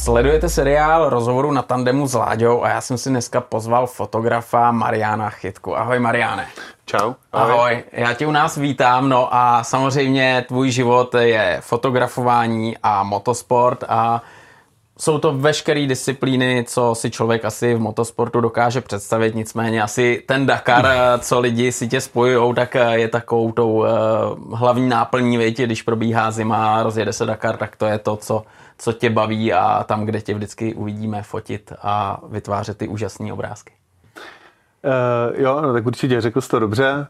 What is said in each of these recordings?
Sledujete seriál Rozhovoru na tandemu s Láďou a já jsem si dneska pozval fotografa Mariana Chytku. Ahoj Mariane. Čau. Ahoj, já tě u nás vítám, no a samozřejmě tvůj život je fotografování a motosport a jsou to veškeré disciplíny, co si člověk asi v motosportu dokáže představit, nicméně asi ten Dakar, co lidi si tě spojujou, tak je takovou tou hlavní náplní, větě, když probíhá zima, rozjede se Dakar, tak to je to, co tě baví a tam, kde tě vždycky uvidíme fotit a vytvářet ty úžasné obrázky. Jo, no tak určitě, řekl jsi to dobře.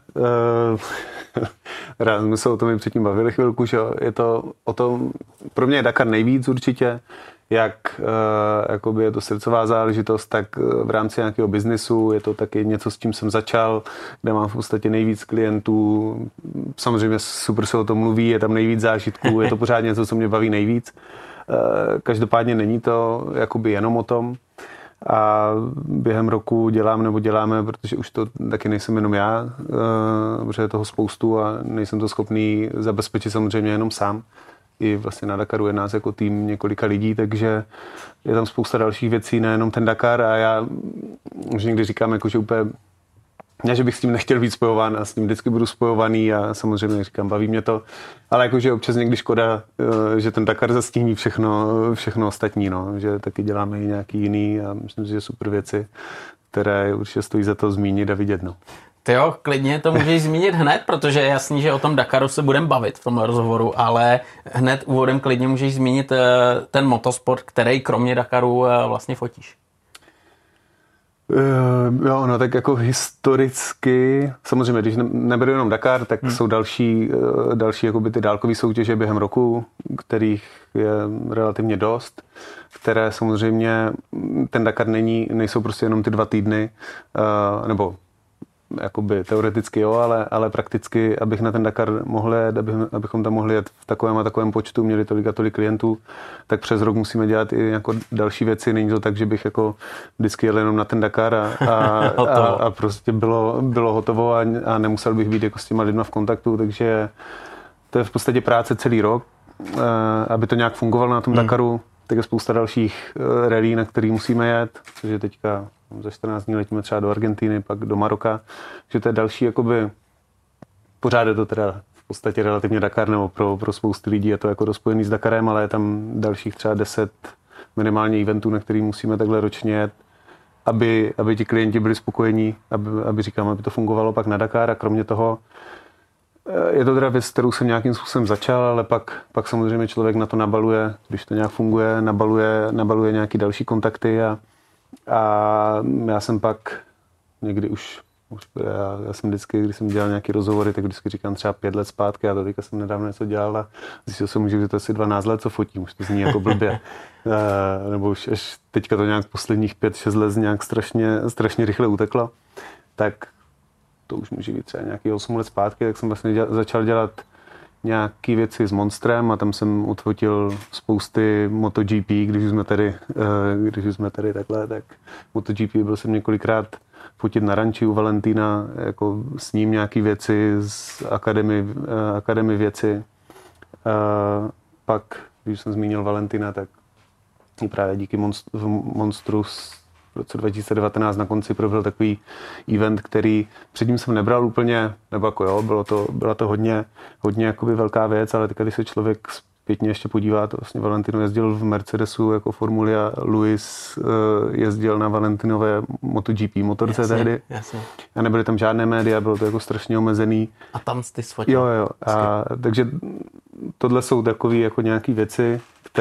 Rád jsme se o tom i předtím bavili chvilku, že je to o tom, pro mě je Dakar nejvíc určitě, jak jakoby je to srdcová záležitost, tak v rámci nějakého biznisu je to taky něco, s čím jsem začal, kde mám v podstatě nejvíc klientů. Samozřejmě super se o tom mluví, je tam nejvíc zážitků, je to pořád něco, co mě baví nejvíc. Každopádně není to jakoby jenom o tom. A během roku děláme, protože už to taky nejsem jenom já, protože je toho spoustu a nejsem to schopný zabezpečit samozřejmě jenom sám. I vlastně na Dakaru je nás jako tým několika lidí, takže je tam spousta dalších věcí, nejenom ten Dakar a já už někdy říkám, jako, že úplně ne, že bych s tím nechtěl být spojován a s tím vždycky budu spojovaný a samozřejmě říkám, baví mě to, ale jakože občas někdy škoda, že ten Dakar zastíní všechno ostatní, no, že taky děláme i nějaký jiný a myslím si, že super věci, které určitě stojí za to zmínit a vidět, no. Ty jo, klidně to můžeš zmínit hned, protože je jasný, že o tom Dakaru se budeme bavit v tom rozhovoru, ale hned úvodem klidně můžeš zmínit ten motosport, který kromě Dakaru vlastně fotíš. Jo, no tak jako historicky, samozřejmě, když neberu jenom Dakar, tak jsou další jakoby ty dálkové soutěže během roku, kterých je relativně dost, které samozřejmě, ten Dakar nejsou prostě jenom ty 2 týdny, nebo jakoby teoreticky jo, ale prakticky, abych na ten Dakar mohl jet, abychom tam mohli jet v takovém a takovém počtu, měli tolik a tolik klientů, tak přes rok musíme dělat i jako další věci. Není to tak, že bych jako vždycky jel jenom na ten Dakar a prostě bylo hotovo a nemusel bych být jako s těma lidma v kontaktu, takže to je v podstatě práce celý rok, aby to nějak fungovalo na tom Dakaru. Tak je spousta dalších rally, na který musíme jet, což je teďka za 14 dní letíme třeba do Argentiny, pak do Maroka, že to je další, jakoby, pořád je to teda v podstatě relativně Dakar, nebo pro spoustu lidí je to jako rozpojený s Dakarem, ale je tam dalších třeba 10 minimálně eventů, na který musíme takhle ročně jet, aby ti klienti byli spokojení, aby to fungovalo pak na Dakar a kromě toho je to teda věc, kterou jsem nějakým způsobem začal, ale pak samozřejmě člověk na to nabaluje, když to nějak funguje, nabaluje nějaký další kontakty a já jsem pak někdy už já jsem vždycky, když jsem dělal nějaký rozhovory, tak vždycky říkám třeba 5 let zpátky a to teďka jsem nedávno něco dělal a zjistil jsem, že to asi 12 let, co fotím, už to zní jako blbě. Nebo už až teďka to nějak posledních 5-6 let nějak strašně rychle uteklo, tak to už může být třeba nějaký 8 let zpátky, tak jsem vlastně začal dělat nějaké věci s Monstrem a tam jsem odfotil spousty MotoGP, když jsme tady takhle, tak MotoGP byl jsem několikrát fotit na ranči u Valentína, jako s ním nějaké věci, z akademie věci. Pak, když jsem zmínil Valentina, tak i právě díky Monstru v roce 2019 na konci proběhl takový event, který předtím jsem nebral úplně, nebo jako jo, byla to hodně jakoby velká věc, ale když se člověk zpětně ještě podívá, to vlastně Valentino jezdil v Mercedesu jako Formuli a Lewis jezdil na Valentinové MotoGP motorce tehdy. Jasně. A nebyly tam žádné média, bylo to jako strašně omezený. A tam jsi sfotil. Jo. Takže tohle jsou takové jako nějaké věci,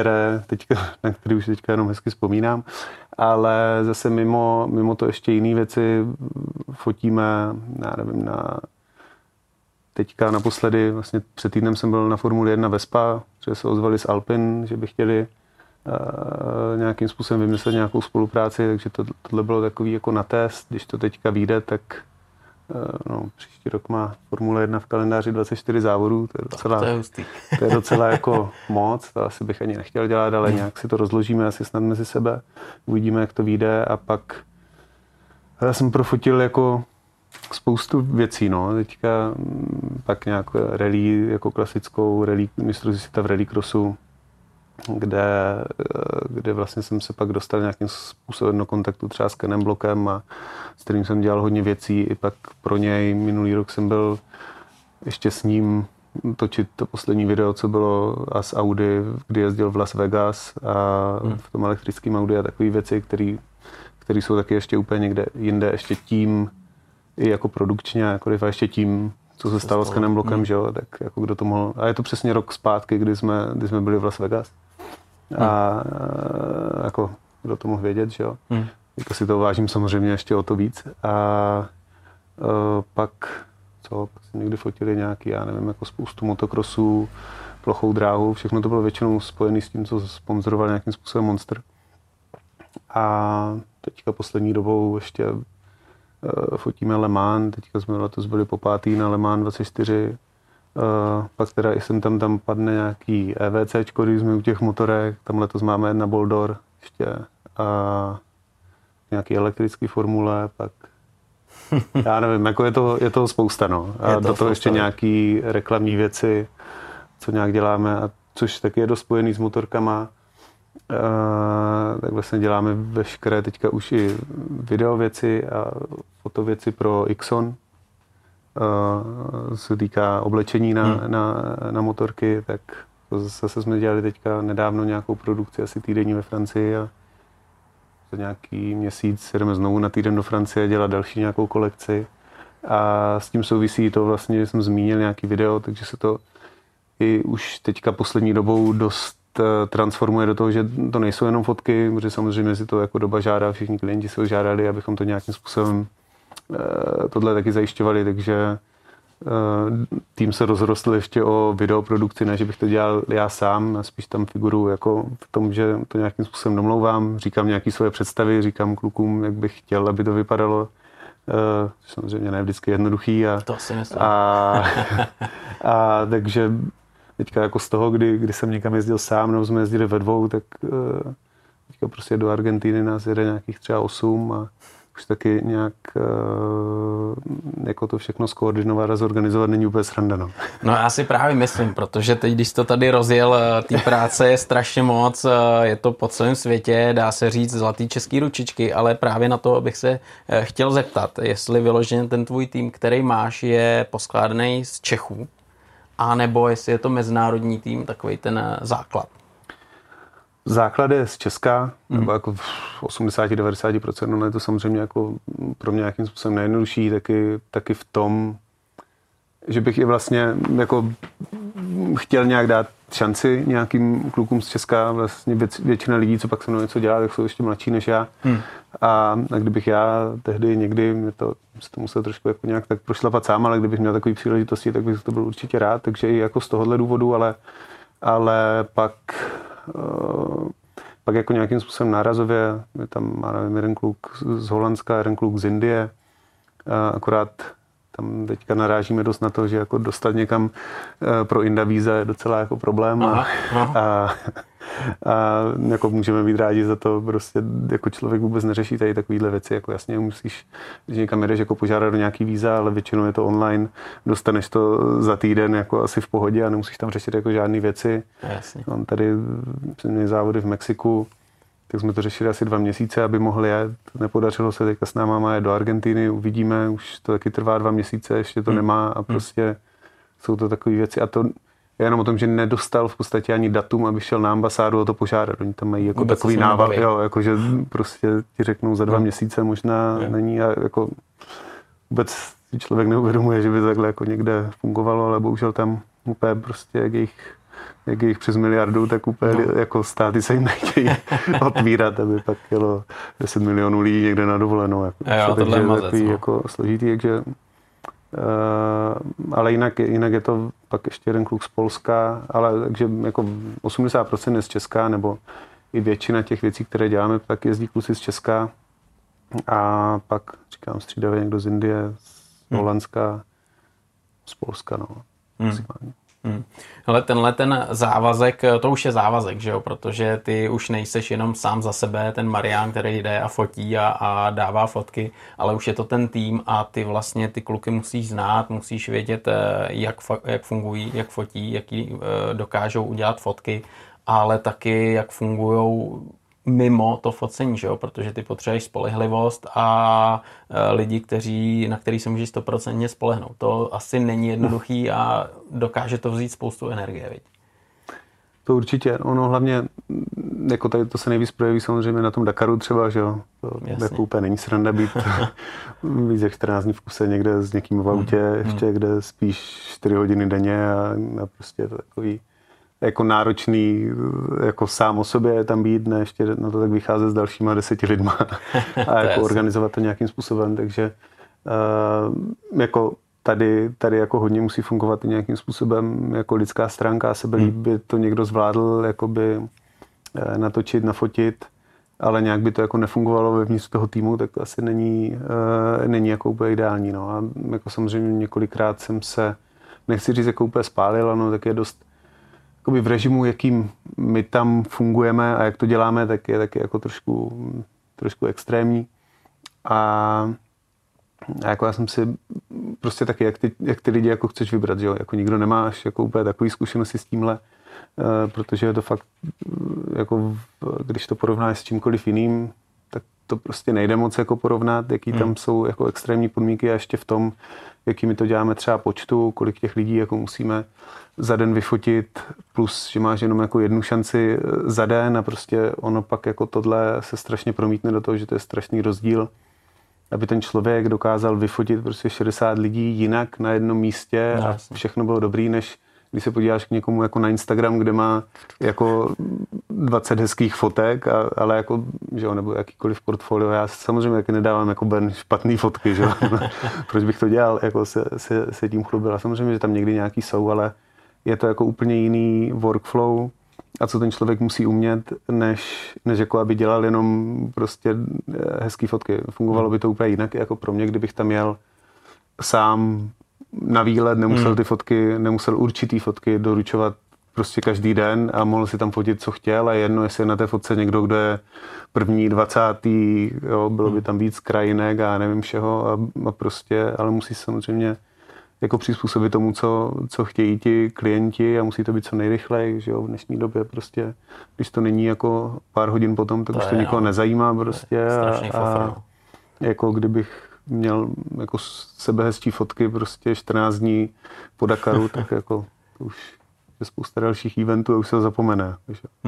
na které už teďka jenom hezky vzpomínám, ale zase mimo to ještě jiné věci fotíme, já nevím, teďka naposledy, vlastně před týdnem jsem byl na Formuli 1 ve Spa, že se ozvali z Alpin, že by chtěli nějakým způsobem vymyslet nějakou spolupráci, takže tohle bylo takový jako na test, když to teďka vyjde, tak příští rok má Formule 1 v kalendáři 24 závodů, to je docela jako moc, to asi bych ani nechtěl dělat, ale nějak si to rozložíme asi snad mezi sebe, uvidíme, jak to vyjde a pak já jsem profotil jako spoustu věcí, no, teďka pak nějak rally, jako klasickou rally, mistrovství světa v rallycrossu, kde vlastně jsem se pak dostal nějakým způsobem do kontaktu třeba s Kenem Blockem a s kterým jsem dělal hodně věcí. I pak pro něj minulý rok jsem byl ještě s ním točit to poslední video, co bylo a z Audi, kdy jezdil v Las Vegas a v tom elektrickém Audi a takové věci, které jsou taky ještě úplně někde jinde, ještě tím i jako produkčně, jako ještě tím, co se stalo s Kenem Blockem, že jo, tak jako kdo to mohl. A je to přesně rok zpátky, kdy jsme byli v Las Vegas. A jako kdo to mohl vědět, že jo. Jako si to vážím samozřejmě ještě o to víc. A pak jsme někdy fotili nějaký, já nevím, jako spoustu motokrosů, plochou dráhu, všechno to bylo většinou spojené s tím, co sponzoroval nějakým způsobem Monster. A teďka poslední dobou ještě fotíme Le Mans, teďka jsme letos byli po pátý na Le Mans 24, pak teda i sem tam padne nějaký EVCčko, když jsme u těch motorek, tam letos máme na Boldor ještě a nějaký elektrický formule, pak já nevím, jako je toho spousta, no. A do toho ještě nějaký reklamní věci, co nějak děláme, a což taky je dost spojený s motorkama. Tak vlastně děláme veškeré teďka už i video věci a fotověci pro Ixon. Se týká oblečení na motorky, tak to zase jsme dělali teďka nedávno nějakou produkci, asi týdenní ve Francii a za nějaký měsíc jdeme znovu na týden do Francie dělat další nějakou kolekci. A s tím souvisí to vlastně, že jsem zmínil nějaký video, takže se to i už teďka poslední dobou dost transformuje do toho, že to nejsou jenom fotky, protože samozřejmě si to jako doba žádá, všichni klienti se ho žádali, abychom to nějakým způsobem tohle taky zajišťovali, takže tým se rozrostl ještě o videoprodukci, ne, že bych to dělal já sám, spíš tam figuru jako v tom, že to nějakým způsobem domlouvám, říkám nějaké svoje představy, říkám klukům, jak bych chtěl, aby to vypadalo. Samozřejmě ne vždycky jednoduchý. To asi myslím. A takže teďka jako z toho, kdy jsem někam jezdil sám, nebo jsme jezdili ve dvou, tak teďka prostě do Argentiny nás jede nějakých třeba 8 a už taky nějak jako to všechno skoordinovat a zorganizovat není úplně sranda, no. No já si právě myslím, protože teď, když to tady rozjel, té práce je strašně moc, je to po celém světě, dá se říct zlatý český ručičky, ale právě na to bych se chtěl zeptat, jestli vyloženě ten tvůj tým, který máš, je poskládaný z Čechů, a nebo jestli je to mezinárodní tým, takový ten základ. Základ je z Česka, nebo jako v 80-90%, no je to samozřejmě jako pro mě nějakým způsobem nejjednodušší, taky v tom, že bych i vlastně jako chtěl nějak dát šanci nějakým klukům z Česka, vlastně většina lidí, co pak se mnou něco dělá, tak jsou ještě mladší než já. A kdybych já tehdy někdy, se to musel trošku jako nějak tak prošlapat sám, ale kdybych měl takový příležitosti, tak bych to byl určitě rád, takže i jako z tohohle důvodu, ale pak jako nějakým způsobem nárazově, je tam, má nevím, jeden kluk z Holandska, jeden kluk z Indie, akorát tam teďka narážíme dost na to, že jako dostat někam pro Inda víza je docela jako problém a jako můžeme být rádi za to, prostě jako člověk vůbec neřeší tady takovýhle věci, jako jasně musíš, když někam jdeš, jako požádat do nějaký víza, ale většinou je to online, dostaneš to za týden jako asi v pohodě a nemusíš tam řešit jako žádný věci. Jasně. Mám tady měli závody v Mexiku, tak jsme to řešili asi 2 měsíce, aby mohli jet. Nepodařilo se, teďka s náma má jet do Argentiny, uvidíme, už to taky trvá 2 měsíce, ještě to nemá a prostě jsou to takové věci a to je jenom o tom, že nedostal v podstatě ani datum, aby šel na ambasádu a to požádat. Oni tam mají jako vůbec takový návod, jo, jako že prostě ti řeknou za 2 měsíce možná není a jako vůbec člověk neuvědomuje, že by to takhle jako někde fungovalo, ale bohužel tam úplně prostě jak jich přes miliardu, tak úplně jako státy se jim nechtějí otvírat, aby pak jelo 10 milionů lidí někde na dovolenou. Jako, tohle je takový jako složitý, takže ale jinak je to pak ještě jeden kluk z Polska, ale takže jako 80% je z Česka, nebo i většina těch věcí, které děláme, tak jezdí kluci z Česka a pak říkám střídavě někdo z Indie, z Holandska, z Polska, no. Hele, ten závazek, to už je závazek, že jo, protože ty už nejseš jenom sám za sebe, ten Marián, který jde a fotí a dává fotky, ale už je to ten tým a ty vlastně ty kluky musíš znát, musíš vědět, jak fungují, jak fotí, jaký dokážou udělat fotky ale taky jak fungujou mimo to focení, že jo? Protože ty potřebuješ spolehlivost a lidi, na který se můžeš 100% spolehnout. To asi není jednoduchý a dokáže to vzít spoustu energie, viď? To určitě. Ono hlavně, jako tady to se nejvíc projeví samozřejmě na tom Dakaru třeba, že jo. To jako úplně není sranda být víc jak 14 dní v kuse někde s někým v autě, ještě kde spíš 4 hodiny denně a prostě to takový jako náročný, jako sám o sobě tam být, ne ještě na to tak vycházet s dalšíma 10 lidma a jako organizovat to nějakým způsobem, takže jako tady jako hodně musí fungovat i nějakým způsobem jako lidská stránka, sebelíb by to někdo zvládl jakoby natočit, nafotit, ale nějak by to jako nefungovalo vevnitř toho týmu, tak to asi není jako úplně ideální. No. A jako samozřejmě několikrát jsem se, nechci říct jako úplně spálil, ano, tak je dost jakoby v režimu, jakým my tam fungujeme a jak to děláme, tak je taky jako trošku extrémní. A jako já jsem si prostě taky, jak ty lidi jako chceš vybrat, že jo? Jako nikdo nemáš jako úplně takový zkušenosti s tímhle, protože je to fakt, jako když to porovnáš s čímkoliv jiným, tak to prostě nejde moc jako porovnat, jaký tam jsou jako extrémní podmínky a ještě v tom, jaký my to děláme třeba počtu, kolik těch lidí jako musíme za den vyfotit, plus, že máš jenom jako jednu šanci za den a prostě ono pak jako tohle se strašně promítne do toho, že to je strašný rozdíl, aby ten člověk dokázal vyfotit prostě 60 lidí jinak na jednom místě a všechno bylo dobrý, než když se podíváš k někomu jako na Instagram, kde má jako 20 hezkých fotek, ale jako, že jo, nebo jakýkoliv portfolio. Já samozřejmě taky nedávám jako špatný fotky, že jo. Proč bych to dělal, jako se tím chlubil. A samozřejmě, že tam někdy nějaký jsou, ale je to jako úplně jiný workflow a co ten člověk musí umět, než jako aby dělal jenom prostě hezký fotky. Fungovalo by to úplně jinak jako pro mě, kdybych tam jel sám na výlet, nemusel určitý fotky doručovat prostě každý den a mohl si tam fotit, co chtěl a jedno, jestli je na té fotce někdo, kdo je první, 20. Jo, bylo by tam víc krajinek a nevím všeho a prostě, ale musí samozřejmě jako přizpůsobit tomu, co chtějí ti klienti a musí to být co nejrychleji, že jo, v dnešní době prostě, když to není jako pár hodin potom, tak už to nikoho nezajímá prostě a jako kdybych měl jako sebehezčí fotky prostě 14 dní po Dakaru, tak jako to už je spousta dalších eventů a už se ho zapomene.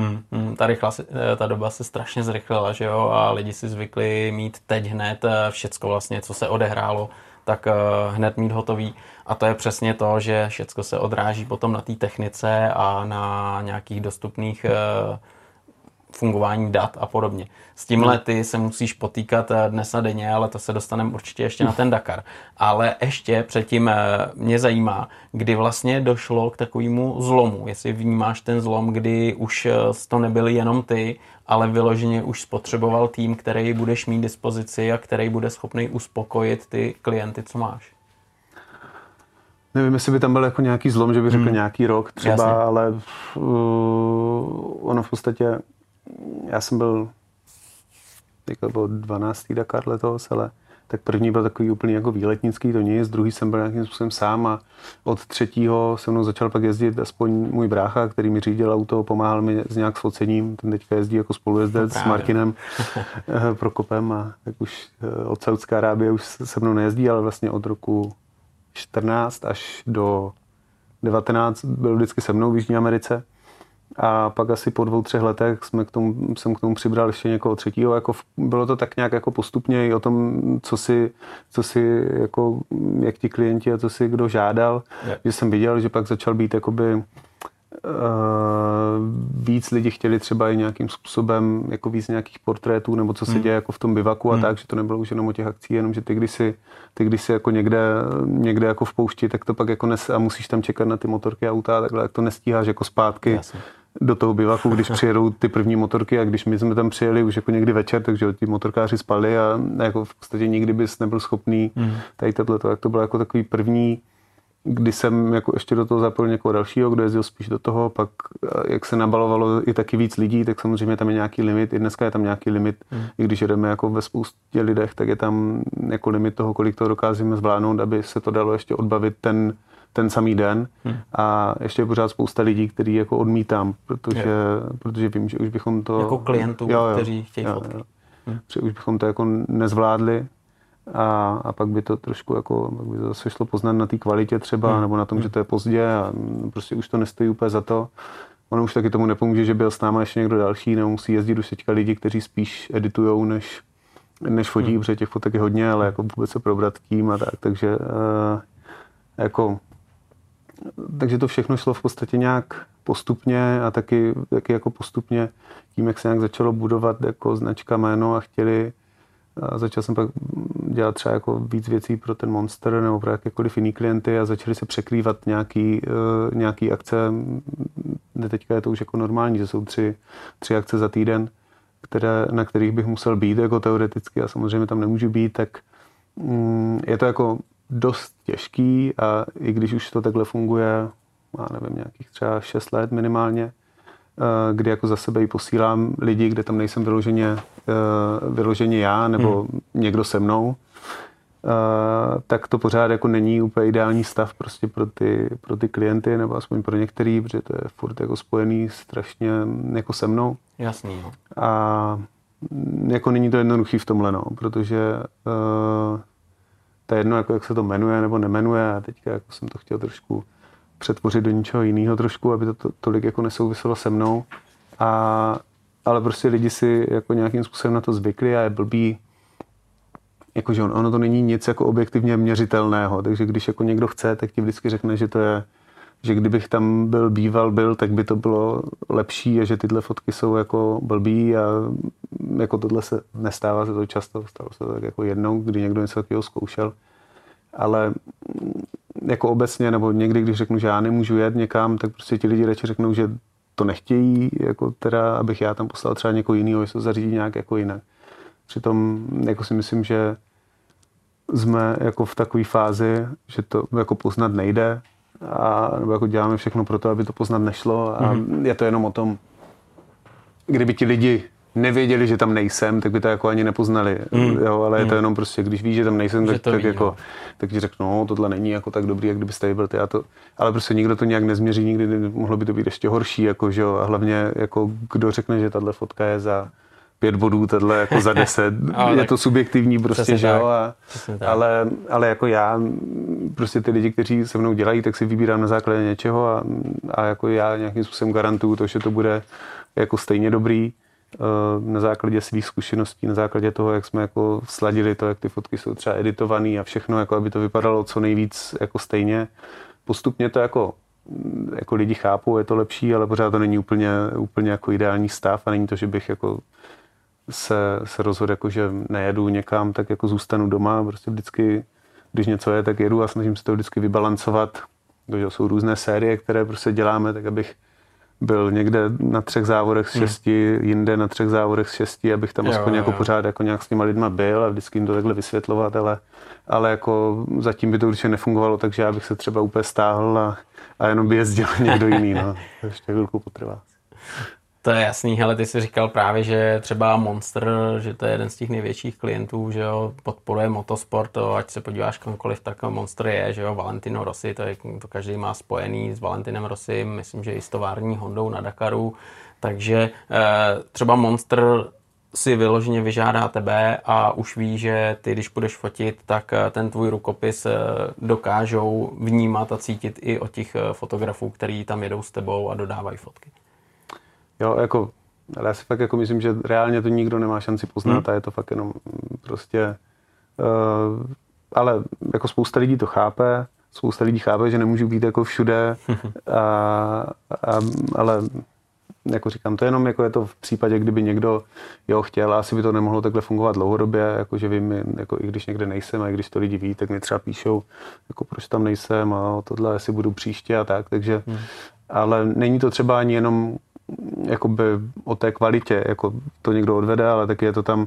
Ta doba se strašně zrychlila, že jo, a lidi si zvykli mít teď hned všecko vlastně, co se odehrálo, tak hned mít hotový. A to je přesně to, že všecko se odráží potom na té technice a na nějakých dostupných fungování dat a podobně. S tímhle ty se musíš potýkat dnes a denně, ale to se dostaneme určitě ještě na ten Dakar. Ale ještě předtím mě zajímá, kdy vlastně došlo k takovému zlomu. Jestli vnímáš ten zlom, kdy už to nebyli jenom ty, ale vyloženě už spotřeboval tým, který budeš mít dispozici a který bude schopný uspokojit ty klienty, co máš. Nevím, jestli by tam byl jako nějaký zlom, že bych řekl nějaký rok třeba, jasně. Ale ono v podstatě, já jsem byl, to byl 12. Dakar letos, ale tak první byl takový úplně jako výletnický, to nic, druhý jsem byl nějakým způsobem sám a od 3. se mnou začal pak jezdit aspoň můj brácha, který mi řídil auto, pomáhal mi s nějak s focením, ten teďka jezdí jako spolujezdec s Martinem Prokopem a tak už od Saudské Arábie už se mnou nejezdí, ale vlastně od roku 14 až do 19 byl vždycky se mnou v Jižní Americe. A pak asi po 2-3 letech jsem k tomu přibral ještě někoho třetího. Jako bylo to tak nějak jako postupně i o tom, co si jako, jak ti klienti a co si kdo žádal. Yeah. Že jsem viděl, že pak začal být jakoby víc lidi chtěli třeba i nějakým způsobem jako víc nějakých portrétů nebo co se děje jako v tom bivaku a tak, že to nebylo už jenom o těch akcí, jenom že ty když si jako někde jako v poušti, tak to pak jako a musíš tam čekat na ty motorky auta a takhle, jak to nestíháš jako zpátky. Jasně. Do toho bivaku, když přijedou ty první motorky a když my jsme tam přijeli už jako někdy večer, takže ti motorkáři spali a jako v podstatě nikdy bys nebyl schopný tady tohleto, jak to bylo jako takový první, kdy jsem jako ještě do toho zapojil někoho dalšího, kdo jezdil spíš do toho, pak jak se nabalovalo i taky víc lidí, tak samozřejmě tam je nějaký limit, i dneska je tam nějaký limit, i když jedeme jako ve spoustě lidech, tak je tam jako limit toho, kolik toho dokázíme zvládnout, aby se to dalo ještě odbavit ten ten samý den a ještě je pořád spousta lidí, který jako odmítám, protože vím, že už bychom to... Jako klientů, kteří chtějí fotky. Že už bychom to jako nezvládli a pak by to trošku jako, pak by to zase šlo poznat na té kvalitě třeba, nebo na tom, že to je pozdě a prostě už to nestojí úplně za to. Ono už taky tomu nepomůže, že byl s náma ještě někdo další, nebo musí jezdit už teďka lidi, kteří spíš editujou, než fotí, protože těch fotek je hodně, ale jako vůbec se probrat kým a tak, takže takže to všechno šlo v podstatě nějak postupně a taky jako postupně tím, jak se nějak začalo budovat jako značka, jméno a začal jsem pak dělat třeba jako víc věcí pro ten Monster nebo pro jakékoliv jiný klienty a začaly se překrývat nějaký akce. Teďka je to už jako normální, že jsou tři akce za týden, na kterých bych musel být jako teoreticky a samozřejmě tam nemůžu být, tak je to jako dost těžký a i když už to takhle funguje, já nevím, nějakých třeba 6 let minimálně, kdy jako za sebe i posílám lidi, kde tam nejsem vyloženě já nebo někdo se mnou, tak to pořád jako není úplně ideální stav prostě pro ty klienty nebo aspoň pro některý, protože to je furt jako spojený strašně jako se mnou. Jasný, no. A jako není to jednoduchý v tomhle, no, protože to je jedno, jako jak se to jmenuje nebo nemenuje a teďka jako jsem to chtěl trošku přetvořit do něčeho jiného trošku, aby to tolik jako nesouviselo se mnou. Ale prostě lidi si jako nějakým způsobem na to zvykli a je blbý, jakože ono to není nic jako objektivně měřitelného, takže když jako někdo chce, tak ti vždycky řekne, že to je, že kdybych tam byl, tak by to bylo lepší a že tyhle fotky jsou jako blbý a jako tohle se nestává se to často, stalo se to tak jako jednou, kdy někdo něco takového zkoušel, ale jako obecně, nebo někdy, když řeknu, že já nemůžu jet někam, tak prostě ti lidi radši řeknou, že to nechtějí, jako teda, abych já tam poslal třeba někoho jiného, jestli to zařídí nějak jako jinak. Přitom jako si myslím, že jsme jako v takové fázi, že to jako poznat nejde nebo jako děláme všechno pro to, aby to poznat nešlo a je to jenom o tom, kdyby ti lidi nevěděli, že tam nejsem, tak by to jako ani nepoznali, jo, ale je to jenom prostě, když víš, že tam nejsem, tak ti řeknu, no, tohle není jako tak dobrý, jak kdybyste byl ty ale prostě nikdo to nějak nezměří, nikdy mohlo by to být ještě horší, jako, že jo, a hlavně jako kdo řekne, že tahle fotka je za 5 bodů, tahle jako za 10, je to subjektivní prostě, že jo, ale jako já, prostě ty lidi, kteří se mnou dělají, tak si vybírám na základě něčeho a jako já nějakým způsobem garantuju to, že to bude jako stejně dobrý, na základě svých zkušeností, na základě toho, jak jsme jako sladili to, jak ty fotky jsou třeba editované a všechno, jako aby to vypadalo co nejvíc jako stejně. Postupně to jako lidi chápou, je to lepší, ale pořád to není úplně jako ideální stav a není to, že bych jako se rozhodl, jako, že nejedu někam, tak jako zůstanu doma. Prostě vždycky, když něco je, tak jedu a snažím se to vždycky vybalancovat. Takže jsou různé série, které prostě děláme, tak abych byl někde na 3 závodech z 6, jinde na 3 závodech z 6, abych tam aspoň jako pořád jako nějak s těma lidma byl a vždycky jim to takhle vysvětlovat, ale jako zatím by to určitě nefungovalo, takže já bych se třeba úplně stáhl a jenom by jezdil někdo jiný, no. To ještě chvilku potrvá. To je jasný, hele, ty jsi říkal právě, že třeba Monster, že to je jeden z těch největších klientů, že jo, podporuje motosport, to, ať se podíváš kamkoliv, tak Monster je, že jo, Valentino Rossi, to každý má spojený s Valentinem Rossim, myslím, že i s tovární Hondou na Dakaru, takže třeba Monster si vyloženě vyžádá tebe a už ví, že ty, když budeš fotit, tak ten tvůj rukopis dokážou vnímat a cítit i od těch fotografů, který tam jedou s tebou a dodávají fotky. Jo, jako, ale já si fakt jako myslím, že reálně to nikdo nemá šanci poznat a je to fakt jenom prostě, ale jako spousta lidí to chápe, spousta lidí chápe, že nemůžu být jako všude, ale jako říkám, to jenom jako je to v případě, kdyby někdo chtěl, asi by to nemohlo takhle fungovat dlouhodobě, jako že vím, jako i když někde nejsem a i když to lidi ví, tak mi třeba píšou, jako proč tam nejsem a tohle, jestli budu příště a tak, takže, ale není to třeba ani jenom jakoby o té kvalitě, jako to někdo odvede, ale taky je to tam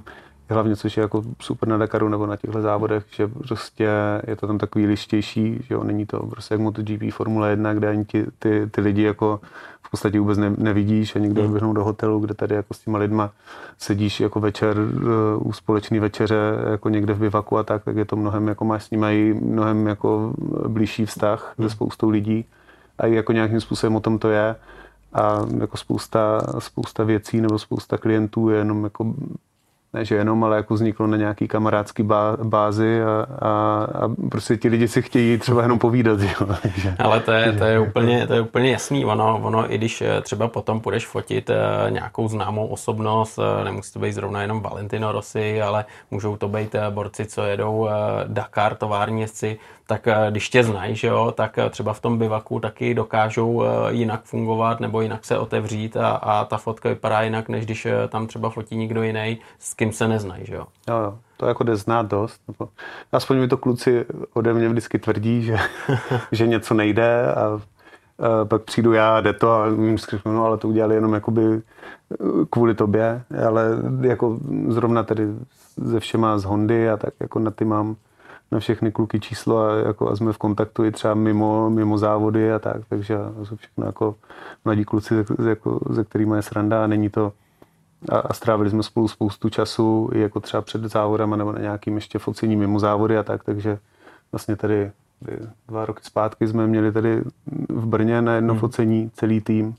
hlavně což je jako super na Dakaru nebo na těchto závodech, že prostě je to tam takový lištější, že jo, není to prostě jak MotoGP Formule 1, kde ani ty lidi jako v podstatě vůbec nevidíš a někdo běhnou do hotelu, kde tady jako s těma lidma sedíš jako večer u společné večeře jako někde v bivaku a tak je to mnohem jako máš s nimi mají mnohem jako blížší vztah se spoustou lidí a i jako nějakým způsobem o tom to je a jako spousta věcí nebo spousta klientů je jenom jako ne, že jenom, ale jako vzniklo na nějaký kamarádský bázi a prostě ti lidi si chtějí třeba jenom povídat. Jo. Ale to je úplně jasný. Ono, i když třeba potom půjdeš fotit nějakou známou osobnost, nemusí to být zrovna jenom Valentino Rossi, ale můžou to být borci, co jedou Dakar, tovární jezdci, tak když tě znají, že jo, tak třeba v tom bivaku taky dokážou jinak fungovat nebo jinak se otevřít a ta fotka vypadá jinak, než když tam třeba fotí někdo jiný, s kým se neznají, že jo. Jo, to jako jde znát dost. Aspoň mi to kluci ode mě vždycky tvrdí, že něco nejde a pak přijdu já a jde to a jim řeknu, no ale to udělali jenom jakoby kvůli tobě, ale jako zrovna tady ze všema z Hondy a tak jako na ty mám na všechny kluky číslo a jsme v kontaktu i třeba mimo závody a tak, takže jsou všechno jako mladí kluci, ze kterými je sranda a není to a strávili jsme spolu spoustu času i jako třeba před závodama nebo na nějakým ještě focení mimo závody a tak, takže vlastně tady 2 roky zpátky jsme měli tady v Brně na jedno focení celý tým.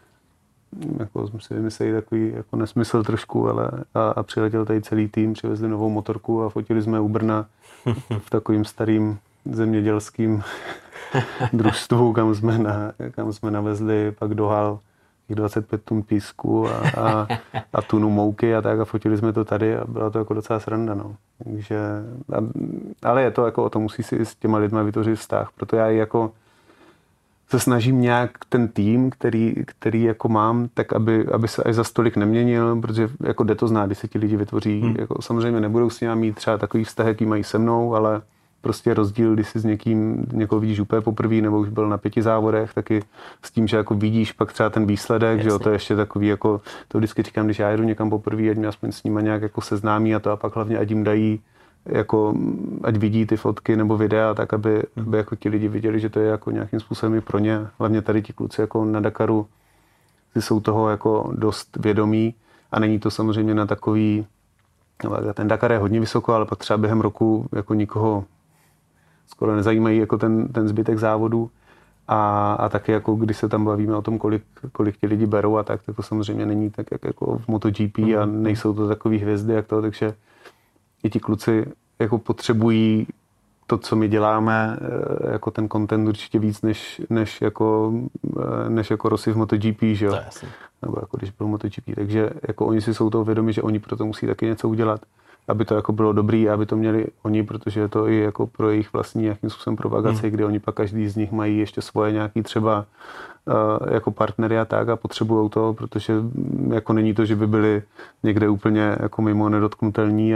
Jako jsme si vymysleli takový jako nesmysl trošku, ale a přiletěl tady celý tým, přivezli novou motorku a fotili jsme u Brna v takovým starým zemědělským družstvu, kam jsme navezli pak do hal 25 tun písku a tunu mouky a tak a fotili jsme to tady a byla to jako docela sranda, no. Takže, ale je to jako o tom, musí si s těma lidma vytvořit vztah, proto já jako se snažím nějak ten tým, který jako mám, tak aby se až za stolik neměnil, protože jako jde to znát, když se ti lidi vytvoří, jako samozřejmě nebudou s nimi mít třeba takový vztah, jaký mají se mnou, ale prostě rozdíl, když si s někoho vidíš úplně poprvé, nebo už byl na 5 závodech, taky s tím, že jako vidíš pak třeba ten výsledek, jasně. Že jo, to je ještě takový jako, to vždycky říkám, když já jedu někam poprvé, ať mě aspoň s nima nějak jako seznámí a to a pak hlavně ať jim dají jako, ať vidí ty fotky nebo videa, tak aby jako ti lidi viděli, že to je jako nějakým způsobem i pro ně. Hlavně tady ti kluci jako na Dakaru ty jsou toho jako dost vědomí a není to samozřejmě na takový, ten Dakar je hodně vysoko, ale pak třeba během roku jako nikoho skoro nezajímají jako ten zbytek závodu a taky jako když se tam bavíme o tom, kolik ti lidi berou a tak to samozřejmě není tak jako v MotoGP a nejsou to takový hvězdy jak to, takže i ti kluci jako potřebují to, co my děláme, jako ten content určitě víc, než jako Rossi v MotoGP, že jo? Nebo jako když byl MotoGP, takže jako oni si jsou toho vědomi, že oni proto musí taky něco udělat, aby to jako bylo dobrý a aby to měli oni, protože je to i jako pro jejich vlastní nějakým způsobem propagaci, kde oni pak každý z nich mají ještě svoje nějaký třeba jako partnery a tak a potřebujou to, protože jako není to, že by byli někde úplně jako mimo nedotknutelní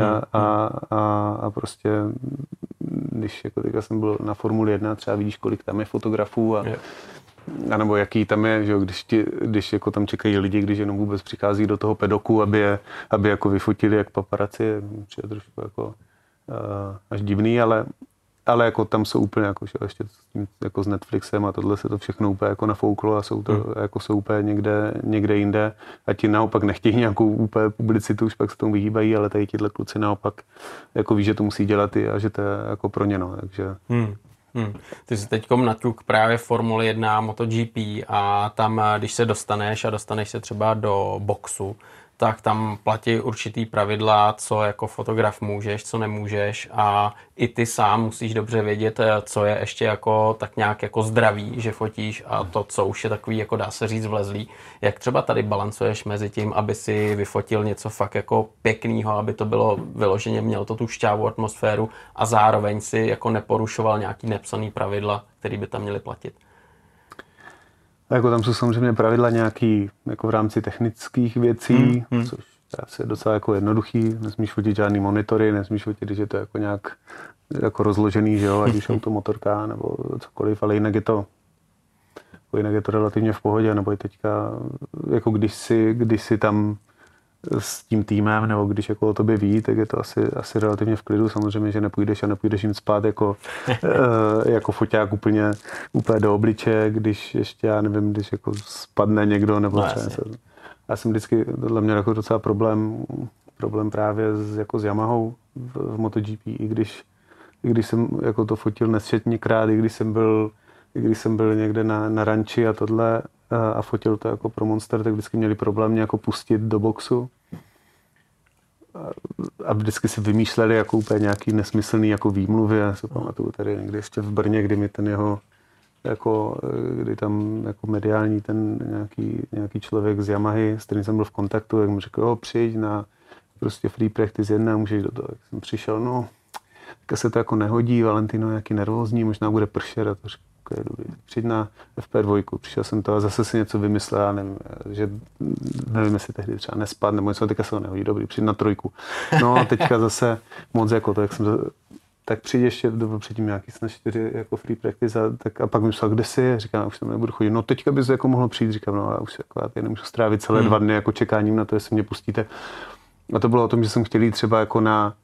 a prostě když jako teďka jsem byl na Formuli 1, třeba vidíš, kolik tam je fotografů a nebo jaký tam je, že když jako tam čekají lidi, když jenom vůbec přichází do toho pedoku, aby jako vyfotili jak paparazzi, přijde trošku jako až divný, ale jako tam jsou úplně jako, že ještě jako s Netflixem a tohle se to všechno úplně jako nafouklo a jsou úplně někde jinde a ti naopak nechtějí nějakou úplně publicitu, už pak se tomu vyhýbají, ale tady tihle kluci naopak jako ví, že to musí dělat a že to je jako pro ně, no, takže... Ty jsi teďkom naťuk právě Formule 1, MotoGP a tam, když se dostaneš se třeba do boxu, tak tam platí určitý pravidla, co jako fotograf můžeš, co nemůžeš a i ty sám musíš dobře vědět, co je ještě jako tak nějak jako zdravý, že fotíš a to, co už je takový, jako dá se říct, vlezlý. Jak třeba tady balancuješ mezi tím, aby si vyfotil něco fakt jako pěknýho, aby to bylo vyloženě, mělo to tu šťávu atmosféru a zároveň si jako neporušoval nějaký nepsaný pravidla, který by tam měly platit? Jako tam jsou samozřejmě pravidla nějaký jako v rámci technických věcí, což je docela jako jednoduchý. Nesmíš fotit žádný monitory, nesmíš fotit, že to je jako nějak jako rozložený, že jo, ať už automotorka nebo cokoliv, ale jinak je to relativně v pohodě, nebo i teďka, jako když si tam s tím týmem, nebo když jako o tobě ví, tak je to asi relativně v klidu. Samozřejmě, že nepůjdeš jim spát jako foťák úplně do obličeje, když ještě, já nevím, když jako spadne někdo, nebo třeba něco. Já jsem vždycky, tohle měl jako docela problém právě s Yamahou v MotoGP, i když jsem jako to fotil nesčetněkrát, i když jsem byl někde na ranči a tohle a fotil to jako pro Monster, tak vždycky měli problém mě jako pustit do boxu. A vždycky si vymýšleli jako úplně nějaký nesmyslný jako výmluvy. Já si pamatuju tady někdy ještě v Brně, kdy mi ten jeho kdy tam jako mediální ten nějaký člověk z Yamahy, s kterým jsem byl v kontaktu, jak mu řekl, přijď na prostě free practice 1, můžeš do toho. Jak jsem přišel, no, tak se to jako nehodí, Valentino je nějaký nervózní, možná bude pršet a to řekl, dobrý, přijď na FP2, přišel jsem to a zase si něco vymyslel, já nevím, jestli tehdy třeba nespad, nebo něco, teďka se to nehodí, dobrý, přijď na 3. No a teďka zase moc jako to, jak jsem tak přijď ještě předtím nějaký snad 4 jako free practice a pak mi psal, kde jsi? Říkám, už tam nebudu chodit. No teďka bys jako mohl přijít, říkám, no ale už jako, já tady nemůžu strávit celé 2 dny jako čekáním na to, jestli mě pustíte. A to bylo o tom, že jsem chtěl jít třeba jako na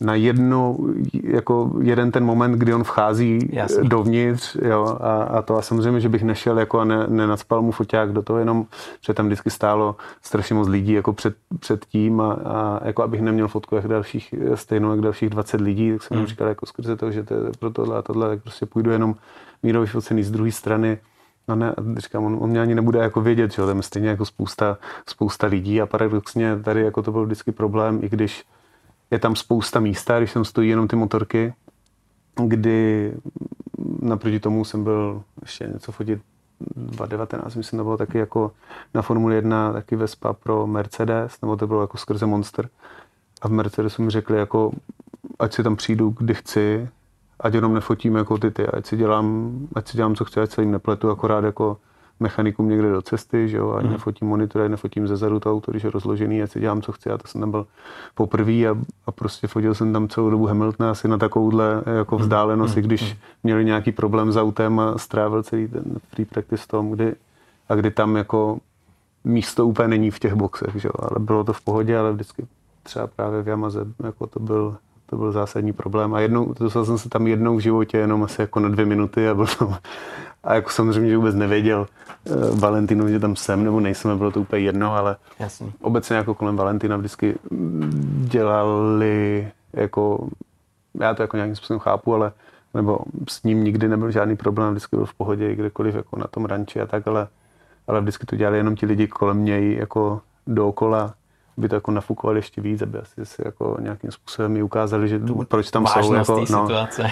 jeden ten moment, kdy on vchází dovnitř, jo, a to a samozřejmě, že bych nešel jako a nenacpal mu foťák do toho, jenom, že tam vždycky stálo strašně moc lidí jako před tím a jako abych neměl fotku jak stejnou jak dalších 20 lidí, tak jsem říkal jako skrze to, že to je pro tohle a tohle, tak prostě půjdu jenom mírově focený z druhé strany. No ne, říkám, on mě ani nebude jako vědět, že tam je stejně jako spousta lidí a paradoxně tady jako to byl vždycky problém, i když je tam spousta místa, když tam stojí jenom ty motorky, kdy naproti tomu jsem byl ještě něco fotit 2019, myslím, to bylo taky jako na Formuli 1, taky Vespa pro Mercedes, nebo to bylo jako skrze Monster. A v Mercedesu mi řekli, jako, ať si tam přijdu, kdy chci, ať jenom nefotím jako ty, ať si dělám, co chci, ať se jim nepletu, akorát jako mechanikům někde do cesty, že jo, ať nefotím monitor, ať nefotím zezadu to auto, když je rozložený, ať si dělám, co chci, a to jsem tam byl poprvý a prostě fotil jsem tam celou dobu Hamiltona asi na takovouhle jako vzdálenost, i když měli nějaký problém s autem a strávil celý ten free practice tom, kdy tam jako místo úplně není v těch boxech, že jo, ale bylo to v pohodě, ale vždycky třeba právě v Yamaze jako to byl zásadní problém a dostal jsem se tam jednou v životě, jenom asi jako na 2 minuty a byl tam, a jako samozřejmě, že vůbec nevěděl Valentinu, že tam jsem nebo nejsem, bylo to úplně jedno, ale jasný. Obecně jako kolem Valentina vždycky dělali jako, já to jako nějakým způsobem chápu, ale nebo s ním nikdy nebyl žádný problém, vždycky byl v pohodě i kdekoliv jako na tom ranči a tak, ale vždycky to dělali jenom ti lidi kolem něj jako dookola, by to jako nafukovali ještě víc, aby asi si jako nějakým způsobem mi ukázali, že proč tam jsou. Jako, situace.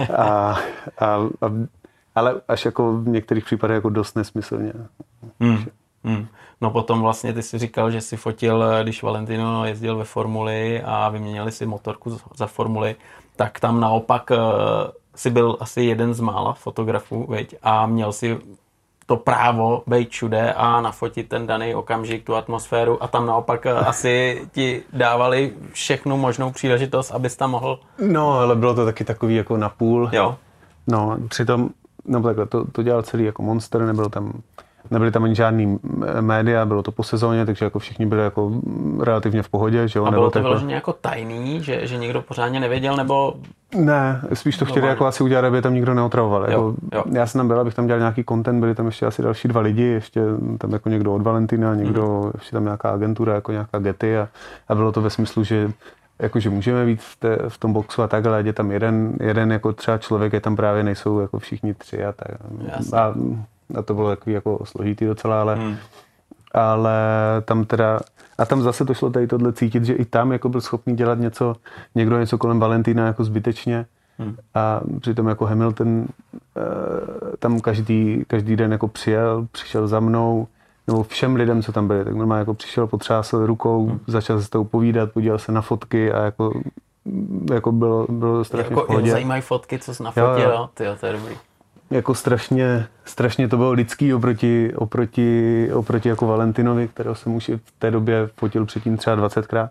Ale až jako v některých případech jako dost nesmyslně. No potom vlastně ty si říkal, že si fotil, když Valentino jezdil ve Formuli a vyměnili si motorku za Formuli, tak tam naopak si byl asi jeden z mála fotografů, veď, a měl si to právo být všude a nafotit ten daný okamžik, tu atmosféru a tam naopak asi ti dávali všechnu možnou příležitost, abys tam mohl... No, ale bylo to taky takový jako napůl. Jo. No, přitom, no takhle, to dělal celý jako Monster, nebyly tam ani žádný média, bylo to po sezóně, takže jako všichni byli jako relativně v pohodě. Že a bylo to vyloženě jako tajný, že někdo pořádně nevěděl, nebo... Ne, spíš to chtěli jako asi udělat, aby tam nikdo neotravoval. Jo. Já jsem tam byl, abych tam dělal nějaký content, byli tam ještě asi další 2 lidi, ještě tam jako někdo od Valentina, někdo, ještě tam nějaká agentura, jako nějaká Getty a bylo to ve smyslu, že jakože můžeme být v tom boxu a tak, ale je tam jeden jako třeba člověk, je tam právě nejsou jako všichni 3 a tak. A to bylo takový jako složitý docela, ale tam teda, a tam zase to šlo tady tohle cítit, že i tam jako byl schopný dělat někdo něco kolem Valentina jako zbytečně a přitom jako Hamilton tam každý den jako přišel za mnou, nebo všem lidem, co tam byli, tak normálně jako přišel, potřásl rukou, začal se s tou povídat, podíval se na fotky a jako bylo strašně v pohodě. Zajímají fotky, co jsi nafotil, tyjo, to je dobrý. Jako strašně to bylo lidský oproti jako Valentinovi, kterého jsem už v té době fotil předtím třeba 20krát.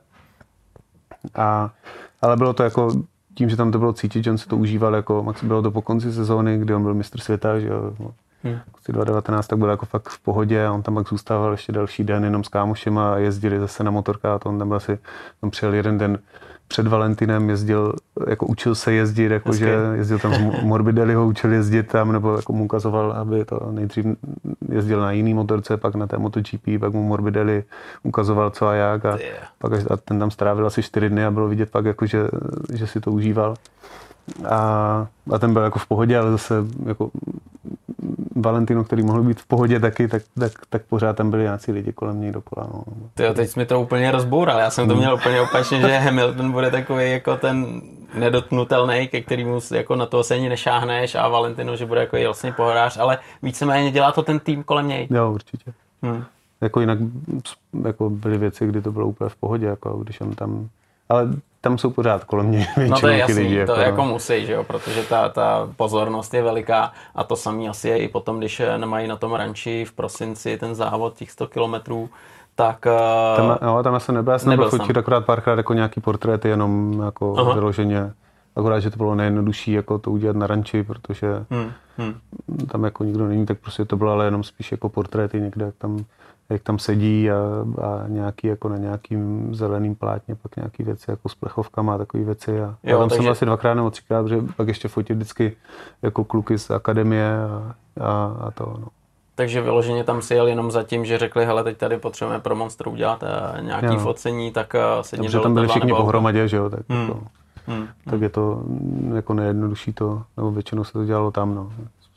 Ale bylo to jako tím, že tam to bylo cítit, že on se to užíval, jako bylo to po konci sezóny, kdy on byl mistr světa, že jo. Konci 2019 tak byl jako fakt v pohodě a on tam pak zůstával ještě další den jenom s kámošema a jezdili zase na motorkách. On tam byl tam přijel jeden den před Valentinem, jezdil, jako učil se jezdit, jakože jezdil tam z Morbidelli, ho učil jezdit tam, nebo jako mu ukazoval, aby to nejdřív jezdil na jiný motorce, pak na té MotoGP, pak mu Morbidelli ukazoval co a jak a pak a ten tam strávil asi 4 dny a bylo vidět pak, jako, že si to užíval. A ten byl jako v pohodě, ale zase jako Valentino, který mohl být v pohodě taky, tak pořád tam byli nějaký lidi kolem něj dokola. No. Tyjo, teď jsi mi to úplně rozboural. Já jsem to měl úplně opačně, že Hamilton bude takový jako ten nedotknutelný, ke kterému jako na toho se ani nešáhneš a Valentino, že bude jako vlastně pohodář, ale víceméně dělá to ten tým kolem něj. Jo, určitě. Jako jinak jako byly věci, kdy to bylo úplně v pohodě, jako když on tam... Ale tam jsou pořád kolem mě většinou no to je jasný, lidi. To jako musí, že jo, protože ta pozornost je veliká a to samý asi je i potom, když nemají na tom ranči v prosinci ten závod těch 100 kilometrů, tak... Tam asi nebyl, já jsem nebyl fotit akorát párkrát jako nějaký portréty, jenom jako vyloženě. Akorát, že to bylo nejjednodušší jako to udělat na ranči, protože tam jako nikdo není, tak prostě to bylo ale jenom spíš jako portréty někde, jak tam sedí a nějaký jako na nějakým zeleným plátně pak nějaký věci jako s plechovkama a takové věci a tam jsem asi 2krát nebo 3krát, protože pak ještě fotit vždycky jako kluky z akademie a to no. Takže vyloženě tam si jel jenom za tím, že řekli, hele, teď tady potřebujeme pro Monster udělat nějaký focení, tak sedni do tam byli všichni pohromadě, že jo, tak tak je to jako nejjednodušší to, nebo většinou se to dělalo tam, no.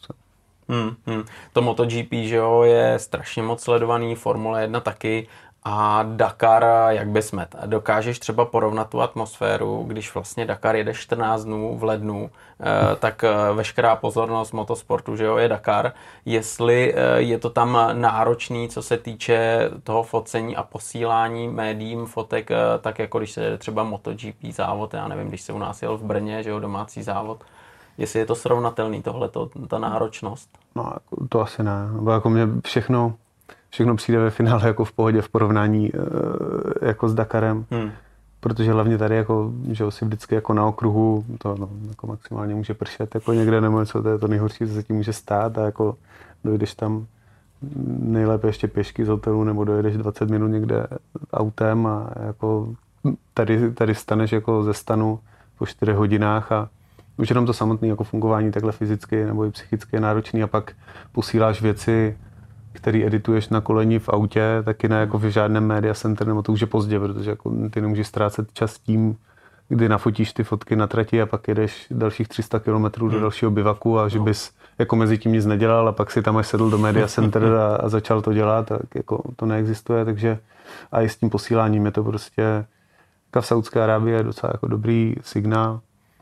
To MotoGP, že jo, je strašně moc sledovaný, Formule 1 taky a Dakar jak by smet. Dokážeš třeba porovnat tu atmosféru, když vlastně Dakar jede 14 dnů v lednu, tak veškerá pozornost motosportu, že jo, je Dakar. Jestli je to tam náročný, co se týče toho focení a posílání médiím fotek, tak jako když se jede třeba MotoGP závod, já nevím, když se u nás jel v Brně, že jo, domácí závod, jestli je to srovnatelný tohleto, ta náročnost? No, to asi ne. Nebo jako mě všechno přijde ve finále jako v pohodě v porovnání jako s Dakarem. Protože hlavně tady jako, že si vždycky jako na okruhu to jako maximálně může pršet jako někde nebo něco, to je to nejhorší, co se tím může stát a jako dojdeš tam nejlépe ještě pěšky z hotelu nebo dojedeš 20 minut někde autem a jako tady staneš jako ze stanu po 4 hodinách a už jenom to samotné jako fungování takhle fyzicky nebo i psychicky je náročný a pak posíláš věci, které edituješ na koleni v autě, taky ne jako v žádném media center, nebo to už je pozdě, protože jako ty nemůžeš ztrácet čas tím, kdy nafotíš ty fotky na trati a pak jedeš dalších 300 km do dalšího bivaku a že bys jako mezi tím nic nedělal a pak si tam až sedl do media center a začal to dělat, tak jako to neexistuje, takže a i s tím posíláním je to prostě v Saúdské Arábii je docela jako dobrý signál.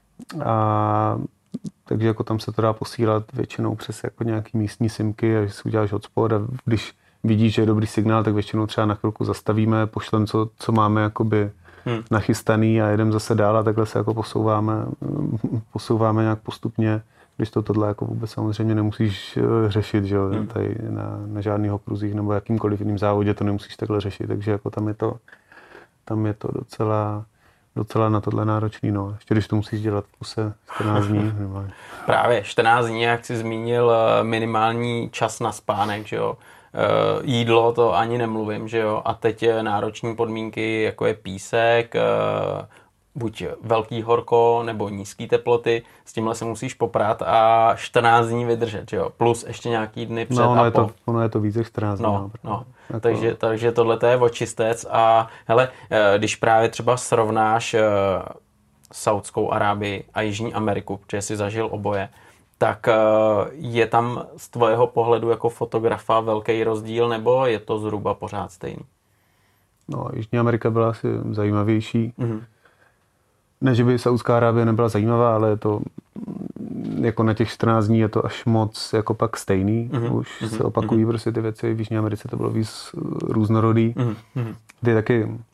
A takže jako tam se to dá posílat většinou přes jako nějaký místní simky a že si uděláš hotspot a když vidíš, že je dobrý signál, tak většinou třeba na chvilku zastavíme, pošlem, co máme jakoby nachystaný a jedeme zase dál a takhle se jako posouváme nějak postupně, když tohle jako vůbec samozřejmě nemusíš řešit, že jo, tady na žádných okruzích nebo jakýmkoliv jiným závodě to nemusíš takhle řešit, takže jako tam je to docela na tohle náročný, no. Ještě když to musíš dělat v kuse 14 dní. Právě 14 dní, jak jsi zmínil, minimální čas na spánek, že jo. Jídlo, to ani nemluvím, že jo. A teď náročné podmínky, jako je písek, buď velký horko nebo nízký teploty, s tímhle se musíš poprat a 14 dní vydržet, že jo. Plus ještě nějaký dny před a po. Ono je to víc jak 14 dní. No. Takže tohle je očistec a hele, když právě třeba srovnáš Saudskou Arábii a Jižní Ameriku, protože jsi zažil oboje, tak je tam z tvého pohledu jako fotografa velký rozdíl, nebo je to zhruba pořád stejný? No, Jižní Amerika byla asi zajímavější. Ne, že by Saudská Arábie nebyla zajímavá, ale je to jako na těch 14 dní je to až moc jako pak stejný. Už se opakují prostě ty věci. V Jižní Americe to bylo víc různorodý. Ty taky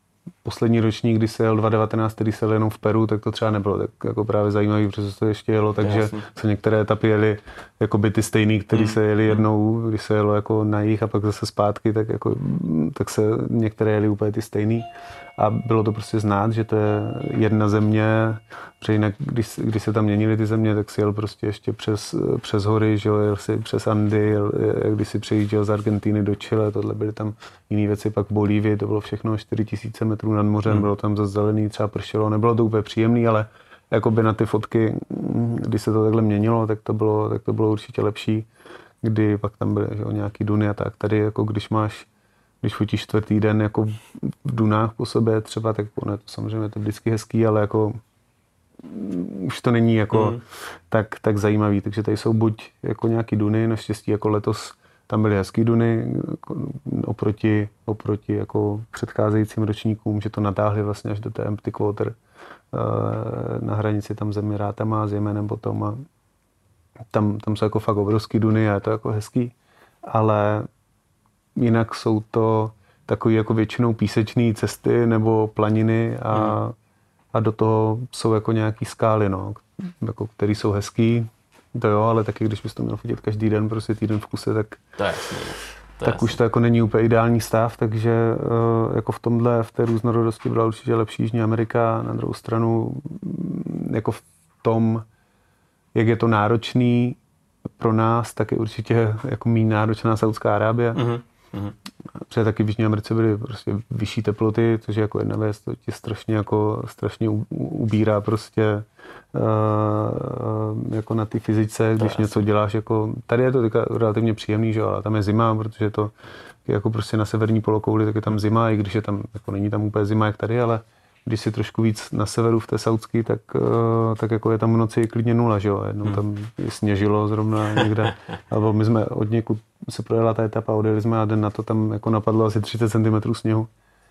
poslední ročník, kdy se jel 2019, který se jel jenom v Peru, tak to třeba nebylo tak jako právě zajímavý, protože se to ještě jelo, takže se některé etapy jely jako by ty stejný, který se jeli jednou, když se jelo jako na jih a pak zase zpátky, tak se některé jeli úplně ty stejný. A bylo to prostě znát, že to je jedna země, protože jinak, když se tam měnily ty země, tak si jel prostě ještě přes hory, že jel si přes Andy, když si přejížděl z Argentiny do Chile, tohle byly tam jiné věci, pak Bolívii, to bylo všechno 4000 metrů nad mořem, bylo tam zase zelený, třeba pršelo, nebylo to úplně příjemný, ale jakoby na ty fotky, když se to takhle měnilo, tak to bylo určitě lepší, kdy pak tam byly nějaký duny a tak. Tady jako když fotíš 4. den jako v dunách po sobě třeba, tak ono je to samozřejmě to vždycky hezký, ale jako už to není jako tak zajímavý, takže tady jsou buď jako nějaký duny, naštěstí jako letos tam byly hezký duny oproti jako předcházejícím ročníkům, že to natáhli vlastně až do té empty quarter na hranici tam s Emirátama, s Jemenem potom a tam jsou jako fakt obrovský duny a je to jako hezký, ale jinak jsou to takové jako většinou písečné cesty nebo planiny a do toho jsou jako nějaký skály, no, jako, které jsou hezký, to jo, ale taky když bys to měl fotit každý den, prostě týden v kuse, tak to je jasný. Tak už to jako není úplně ideální stav, takže jako v té různorodosti byla určitě lepší Jižní Amerika, na druhou stranu jako v tom, jak je to náročný pro nás, tak je určitě jako méně náročná Saudská Arábie. Protože taky v Jižní Americe byly prostě vyšší teploty, což je jako jedna věc, to ti strašně ubírá prostě jako na ty fyzice, když něco děláš jako, tady je to relativně příjemný, že, ale tam je zima, protože to je jako prostě na severní polokouli, tak je tam zima, i když je tam, jako není tam úplně zima jak tady, ale když si trošku víc na severu v té saudské, tak jako je tam v noci klidně 0, že jo, jednou tam sněžilo zrovna někde, alebo my jsme od někud se projela ta etapa, odjeli jsme a den na to tam jako napadlo asi 30 cm sněhu.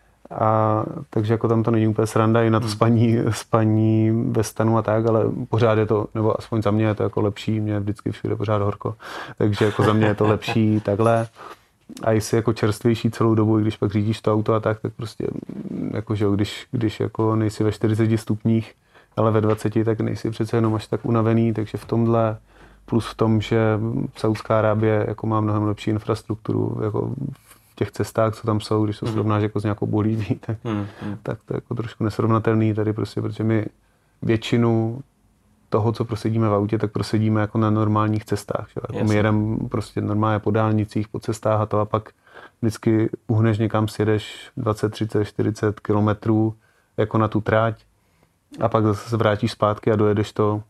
A takže jako tam to není úplně sranda i na to spaní ve stanu a tak, ale pořád je to, nebo aspoň za mě je to jako lepší, mě vždycky všude pořád horko, takže jako za mě je to lepší takhle. A jsi jako čerstvější celou dobu, i když pak řídíš to auto a tak prostě jako, že když jako nejsi ve 40 stupních, ale ve 20, tak nejsi přece jenom až tak unavený, takže v tomhle plus v tom, že Saudská Arábie jako má mnohem lepší infrastrukturu jako v těch cestách, co tam jsou, když to srovnáš jako s nějakou Bolívií, tak to je jako trošku nesrovnatelný tady prostě, protože my většinu toho, co prosedíme v autě, tak prosedíme jako na normálních cestách. Že? Jako my jedeme prostě normálně po dálnicích, po cestách a to a pak vždycky uhneš někam, sjedeš 20, 30, 40 kilometrů jako na tu tráť a pak zase se vrátíš zpátky a dojedeš to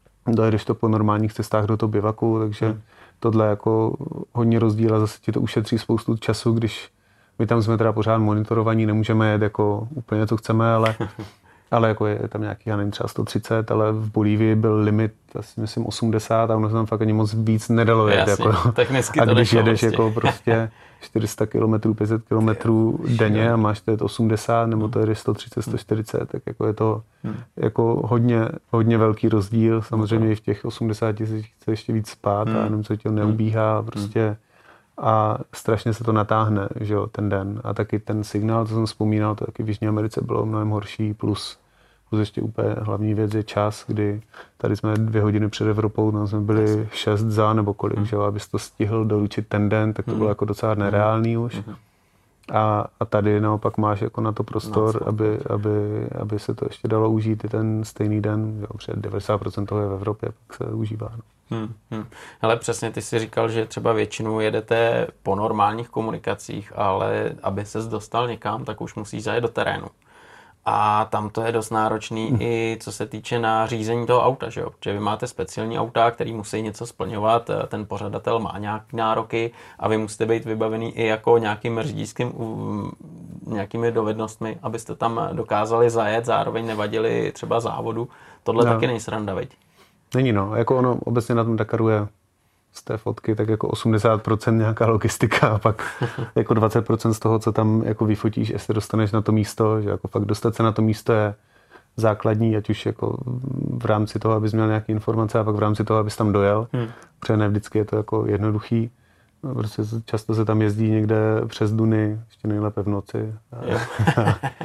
po normálních cestách do toho bivaku, takže tohle jako hodně rozdíl a zase ti to ušetří spoustu času, když my tam jsme teda pořád monitorovaní, nemůžeme jet jako úplně co chceme, ale jako je tam nějaký, já nevím, třeba 130, ale v Bolívii byl limit, asi myslím 80 a ono se tam fakt ani moc víc nedalo jet. Jasně, jako, technicky a to když jedeš prostě. jako prostě 400 km, 500 km denně a máš to jet 80 nebo to jede 130, 140, tak jako je to jako hodně velký rozdíl. Samozřejmě i v těch 80 000 chce ještě víc spát a jenom co tě neubíhá prostě. A strašně se to natáhne, že jo, ten den. A taky ten signál, co jsem vzpomínal, to taky v Jižní Americe bylo mnohem horší, plus ještě úplně hlavní věc je čas, kdy tady jsme 2 hodiny před Evropou, tam jsme byli 6 za nebo kolik, že jo, abys to stihl doručit ten den, tak to bylo jako docela nereálný už. A tady naopak máš jako na to prostor, aby se to ještě dalo užít i ten stejný den, jo, protože 90% toho je v Evropě, pak se užívá. No. Ale přesně ty jsi říkal, že třeba většinou jedete po normálních komunikacích, ale aby ses dostal někam, tak už musíš zajet do terénu. A tam to je dost náročný i co se týče na řízení toho auta, že jo? Protože vy máte speciální auta, který musí něco splňovat, ten pořadatel má nějaké nároky a vy musíte být vybavený i jako nějakými dovednostmi, abyste tam dokázali zajet, zároveň nevadili třeba závodu. Tohle taky nejsranda, veď? Není no, jako ono obecně na tom Dakaru je z té fotky tak jako 80% nějaká logistika a pak jako 20% z toho, co tam jako vyfotíš, jestli dostaneš na to místo, že jako fakt dostat se na to místo je základní, ať už jako v rámci toho, abys měl nějaké informace a pak v rámci toho, abys tam dojel, protože ne vždycky je to jako jednoduchý. Prostě často se tam jezdí někde přes duny, ještě nejlépe v noci.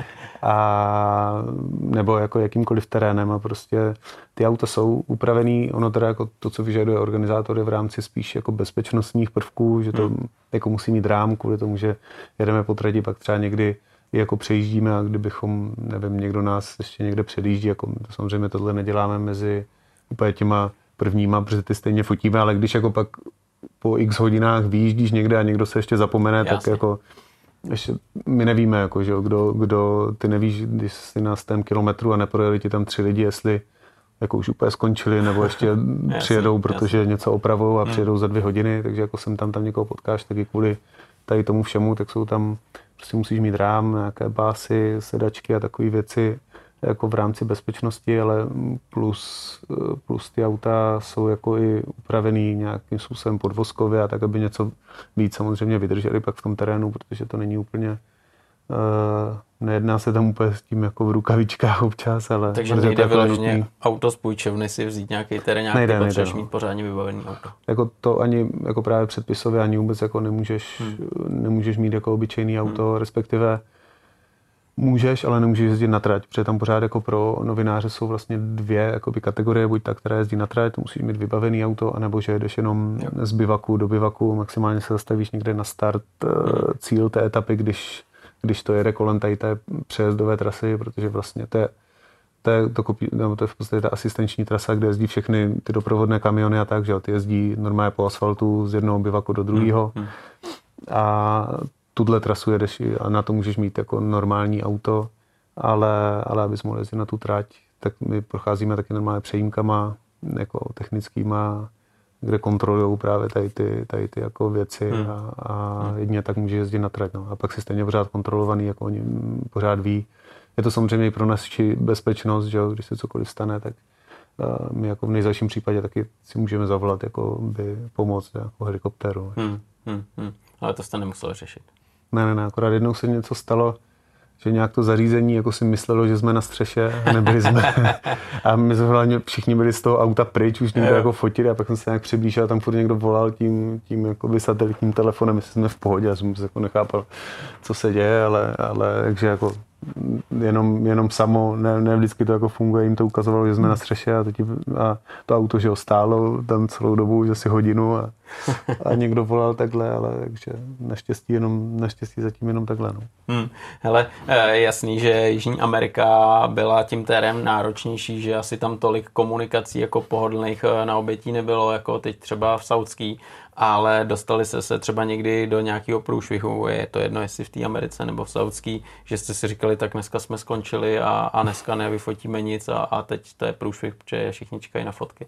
a nebo jako jakýmkoliv terénem a prostě ty auta jsou upravený, ono teda jako to, co vyžaduje organizátor je v rámci spíš jako bezpečnostních prvků, že to jako musí mít rám kvůli tomu, že jedeme po trati, pak třeba někdy jako přejíždíme a kdybychom, nevím, někdo nás ještě někde předjíždí, jako to samozřejmě tohle neděláme mezi úplně těma prvníma, protože ty stejně fotíme, ale když jako pak po x hodinách vyjíždíš někde a někdo se ještě zapomene, jasně. Tak jako ještě my nevíme, jako, že kdo ty nevíš, když jsi na 100 kilometru a neprojeli ti tam 3 lidi, jestli jako už úplně skončili, nebo ještě přijedou, protože něco opravou a přijedou za 2 hodiny, takže jako sem tam někoho potkáš, taky kvůli tady tomu všemu, tak jsou tam, prostě musíš mít rám, nějaké básy, sedačky a takové věci, jako v rámci bezpečnosti, ale plus ty auta jsou jako i upravený nějakým způsobem podvozkově a tak, aby něco víc samozřejmě vydrželi pak v tom terénu, protože to není úplně, nejedná se tam úplně s tím jako v rukavičkách občas, ale... Takže nejde vyloženě auto z půjčovny si vzít nějaký terén, ty potřebuješ mít pořádně vybavený auto. Jako to ani jako právě předpisově ani vůbec jako nemůžeš mít jako obyčejný auto, respektive můžeš, ale nemůžeš jezdit na trať, protože tam pořád jako pro novináře jsou vlastně 2 jakoby kategorie, buď ta, která jezdí na trať, to musíš mít vybavený auto, anebo že jedeš jenom z bivaku do bivaku, maximálně se zastavíš někde na start, cíl té etapy, když to jede kolem tady té přejezdové trasy, protože vlastně to je v podstatě ta asistenční trasa, kde jezdí všechny ty doprovodné kamiony a tak, že ty jezdí normálně po asfaltu z jednoho bivaku do druhého. A tuhle trasu jedeš a na to můžeš mít jako normální auto, ale abys mohl jezdit na tu trať, tak my procházíme taky normálně přejímkama, jako technickýma, kde kontrolují právě tady ty jako věci a jedině tak může jezdit na trať. No. A pak si stejně pořád kontrolovaný, jako oni pořád ví. Je to samozřejmě i pro naši bezpečnost, že když se cokoliv stane, tak my jako v nejzalším případě taky si můžeme zavolat jako by pomoct jako helikoptéru. Ale to jste nemusel řešit. Ne, akorát jednou se něco stalo, že nějak to zařízení jako si myslelo, že jsme na střeše a nebyli jsme. A my jsme hlavně všichni byli z toho auta pryč, už někdo jako fotili a pak jsem se nějak přiblížil a tam furt někdo volal tím jakoby satelitním telefonem, jestli jsme v pohodě, já jsem se jako nechápal, co se děje, ale takže jako jenom samo, ne vždycky to jako funguje, jim to ukazovalo, že jsme na střeše a to auto, že ho stálo tam celou dobu, že si hodinu a někdo volal takhle, ale takže naštěstí zatím jenom takhle. No. Hele, jasný, že Jižní Amerika byla tím terén náročnější, že asi tam tolik komunikací jako pohodlných na obětí nebylo, jako teď třeba v Saudský, ale dostali se třeba někdy do nějakého průšvihu, je to jedno, jestli v té Americe nebo v Saudský, že jste si říkali, tak dneska jsme skončili a dneska nevyfotíme nic a teď to je průšvih, protože všichni čekají na fotky.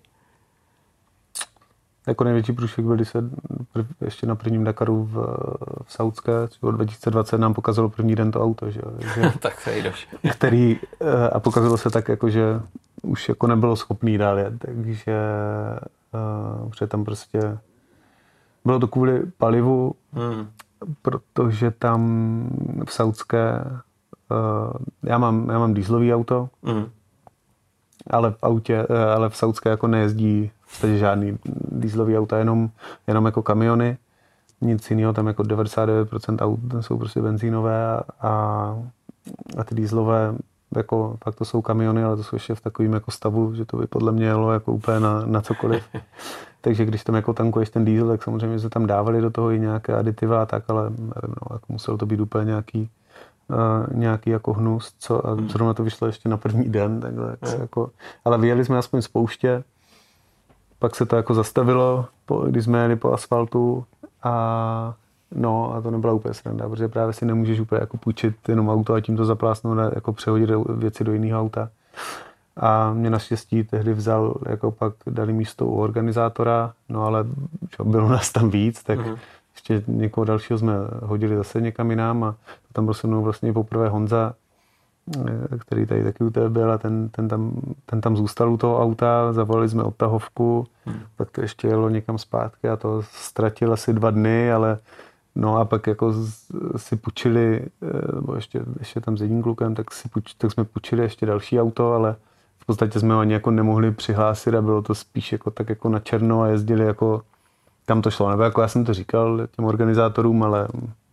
Jako největší průšvih byli se ještě na prvním Dakaru v Saudské, od 2020 nám pokazalo první den to auto, že tak se jdeš. Který, a pokazalo se tak, jako, že už jako nebylo schopný dál jet, takže tam prostě bylo to kvůli palivu, protože tam v Saudské já mám dieselový auto, ale v Saudské jako nejezdí v podstatě žádný dieselový auta, jenom jako kamiony, nic jiného, tam jako 99% aut jsou prostě benzínové a ty dieselové jako fakt to jsou kamiony, ale to jsou ještě v takovém jako stavu, že to by podle mě jelo jako úplně na cokoliv. Takže když tam jako tankuješ ten diesel, tak samozřejmě se tam dávali do toho i nějaké aditiva a tak, ale nevím, no, jako muselo to být úplně nějaký jako hnus, a zrovna to vyšlo ještě na první den, takhle, jako, ale vyjeli jsme aspoň z pouště, pak se to jako zastavilo, když jsme jeli po asfaltu a to nebyla úplně sranda, protože právě si nemůžeš úplně jako půjčit jenom auto a tím to zaplásnout a jako přehodit věci do jiného auta. A mě naštěstí tehdy vzal, jako pak dali místo u organizátora, no ale bylo nás tam víc, tak ještě někoho dalšího jsme hodili zase někam jinam a tam byl se mnou vlastně poprvé Honza, který tady taky u tebe byl a ten tam zůstal u toho auta, zavolali jsme odtahovku, pak to ještě jelo někam zpátky a to ztratil asi 2 dny, ale no a pak jako si půjčili, nebo ještě tam s jedním klukem, tak jsme půjčili ještě další auto, ale v podstatě jsme ho ani jako nemohli přihlásit a bylo to spíš jako tak jako na černo a jezdili jako kam to šlo. Nebo jako já jsem to říkal těm organizátorům, ale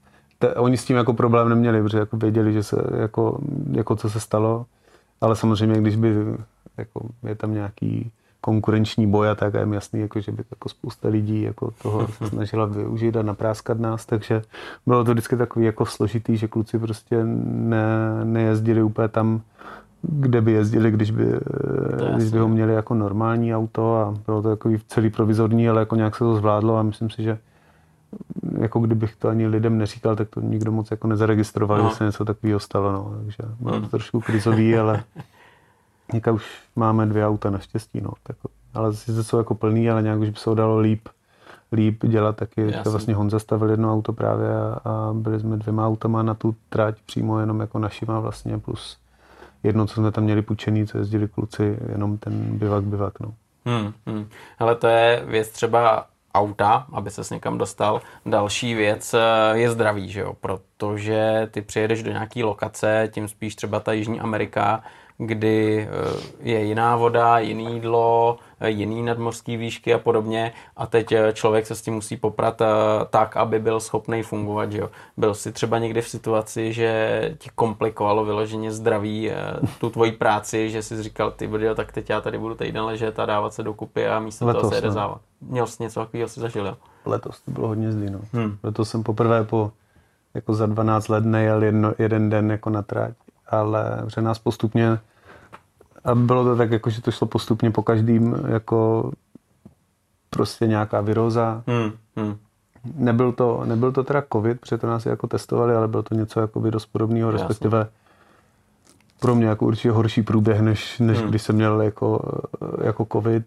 oni s tím jako problém neměli, protože jako věděli, že se jako co se stalo, ale samozřejmě, když by jako je tam nějaký konkurenční boj a tak, a je mi jasný, jako, že by jako spousta lidí jako toho se snažila využít a napráskat nás, takže bylo to vždycky takový jako složitý, že kluci prostě nejezdili úplně tam, kde by jezdili, když by ho měli jako normální auto a bylo to takový celý provizorní, ale jako nějak se to zvládlo a myslím si, že jako kdybych to ani lidem neříkal, tak to nikdo moc jako nezaregistroval, že se něco takového stalo, no, takže bylo to trošku krizový, ale nějaká už máme 2 auta naštěstí, no, tak, ale sice jsou jako plný, ale nějak už by se ho dalo líp dělat, taky vlastně Honza stavil jedno auto právě a byli jsme 2 autama na tu trať přímo jenom jako našima vlastně, plus jedno, co jsme tam měli půjčený, co jezdili kluci, jenom ten bivak, no. Hele, to je věc třeba auta, aby ses někam dostal. Další věc je zdraví, že jo? Protože ty přijedeš do nějaký lokace, tím spíš třeba ta Jižní Amerika, kdy je jiná voda, jiné jídlo, jiný nadmořský výšky a podobně a teď člověk se s tím musí poprat tak, aby byl schopný fungovat, že jo. Byl jsi třeba někdy v situaci, že ti komplikovalo vyloženě zdraví tu tvoji práci, že jsi říkal, ty brďo, tak teď já tady budu týden ležet a dávat se dokupy a místo toho se jede závat. Měl jsi něco takového, si zažil, jo? Letos to bylo hodně zlý, no. Letos jsem poprvé jako za 12 let nejel jeden den jako na trať, ale že nás postupně a bylo to tak, jako, že to šlo postupně po každým, jako prostě nějaká viróza. Nebyl to teda covid, protože to nás jako testovali, ale bylo to něco jako dost podobného, respektive pro mě jako určitě horší průběh, než když jsem měl jako covid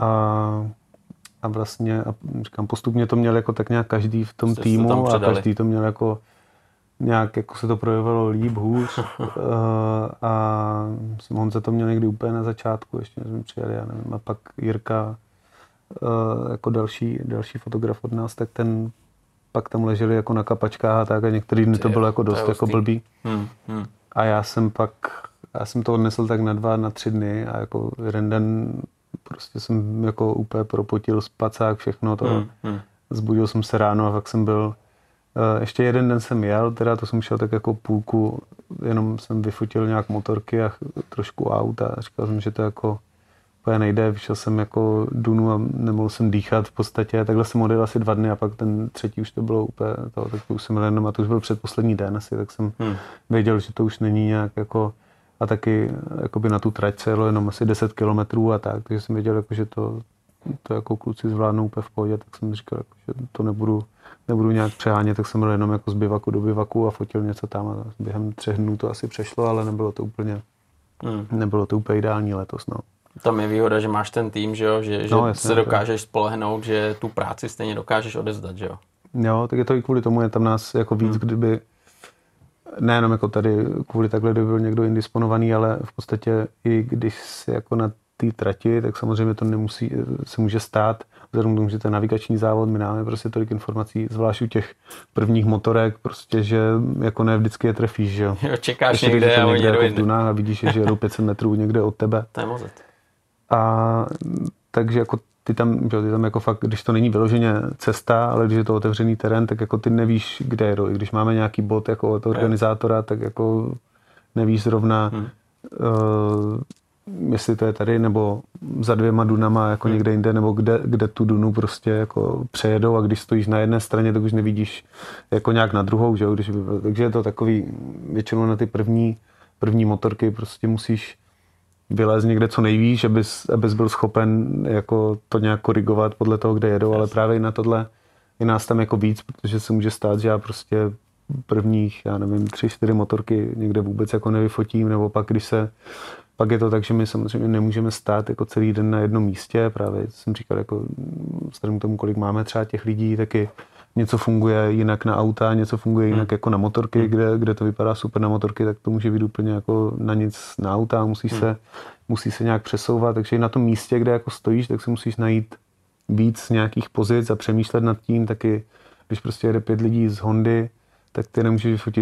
a vlastně a říkám, postupně to měl jako tak nějak každý v tom týmu a každý to měl jako nějak jako se to projevilo líp, hůř a Honza to měl někdy úplně na začátku, ještě než jsme přijeli, já nevím, a pak Jirka jako další fotograf od nás, tak ten pak tam leželi jako na kapačkách a tak a některý dny to bylo jako dost jako blbý. A já jsem to odnesl tak na 2, na 3 dny a jako jeden den prostě jsem jako úplně propotil spacák, všechno to. Zbudil jsem se ráno a fakt jsem byl. Ještě jeden den jsem jel, teda to jsem šel tak jako půlku, jenom jsem vyfotil nějak motorky a trošku aut a říkal jsem, že to jako úplně nejde, vyšel jsem jako dunu a nemohl jsem dýchat v podstatě, takhle jsem odjel asi 2 dny a pak ten třetí už to bylo úplně to, tak už jsem jel jenom a to už byl předposlední den asi, tak jsem věděl, že to už není nějak jako a taky jakoby na tu trať se jelo jenom asi 10 kilometrů a tak, takže jsem věděl, jako, že to jako kluci zvládnou úplně v pohodě, tak jsem říkal, jako, že to nebudu nějak přehánět, tak jsem byl jenom jako z bivaku do bivaku a fotil něco tam a během 3 dnů to asi přešlo, ale nebylo to úplně ideální letos, no. Tam je výhoda, že máš ten tým, že jo, že no, jasně, se dokážeš spolehnout, že tu práci stejně dokážeš odevzdat, že jo. Jo, tak je to i kvůli tomu, je tam nás jako víc, kdyby nejenom jako tady kvůli takhle, kdyby byl někdo indisponovaný, ale v podstatě i když si jako na té trati, tak samozřejmě to nemusí, se může stát, vzhledem k tomu, že to je navigační závod, my máme prostě tolik informací, zvlášť u těch prvních motorek, prostě, že jako ne vždycky je trefíš, že jo. Čekáš ještě někde a oni jako v Dunách a vidíš, že jedou 500 metrů někde od tebe. To je mozet. A takže jako ty tam jako fakt, když to není vyloženě cesta, ale když je to otevřený terén, tak jako ty nevíš, kde jedou. I když máme nějaký bod jako od organizátora, tak jako nevíš zrovna, jestli to je tady, nebo za 2 dunama jako někde jinde, nebo kde tu dunu prostě jako přejedou a když stojíš na jedné straně, tak už nevidíš jako nějak na druhou, že jo? Takže je to takový, většinou na ty první motorky prostě musíš vylézt někde co nejvíš, abys byl schopen jako to nějak korigovat podle toho, kde jedou, ale právě i na tohle je nás tam jako víc, protože se může stát, že já prostě prvních, já nevím, 3-4 motorky někde vůbec jako nevyfotím, nebo pak je to tak, že my samozřejmě nemůžeme stát jako celý den na jednom místě, právě jsem říkal, jako vzhledem k tomu, kolik máme třeba těch lidí, taky něco funguje jinak na auta, něco funguje jinak jako na motorky, kde to vypadá super na motorky, tak to může být úplně jako na nic na auta, musí se nějak přesouvat, takže i na tom místě, kde jako stojíš, tak si musíš najít víc nějakých pozic a přemýšlet nad tím, taky když prostě jede 5 lidí z Hondy, tak ty nemůžeš vyfotit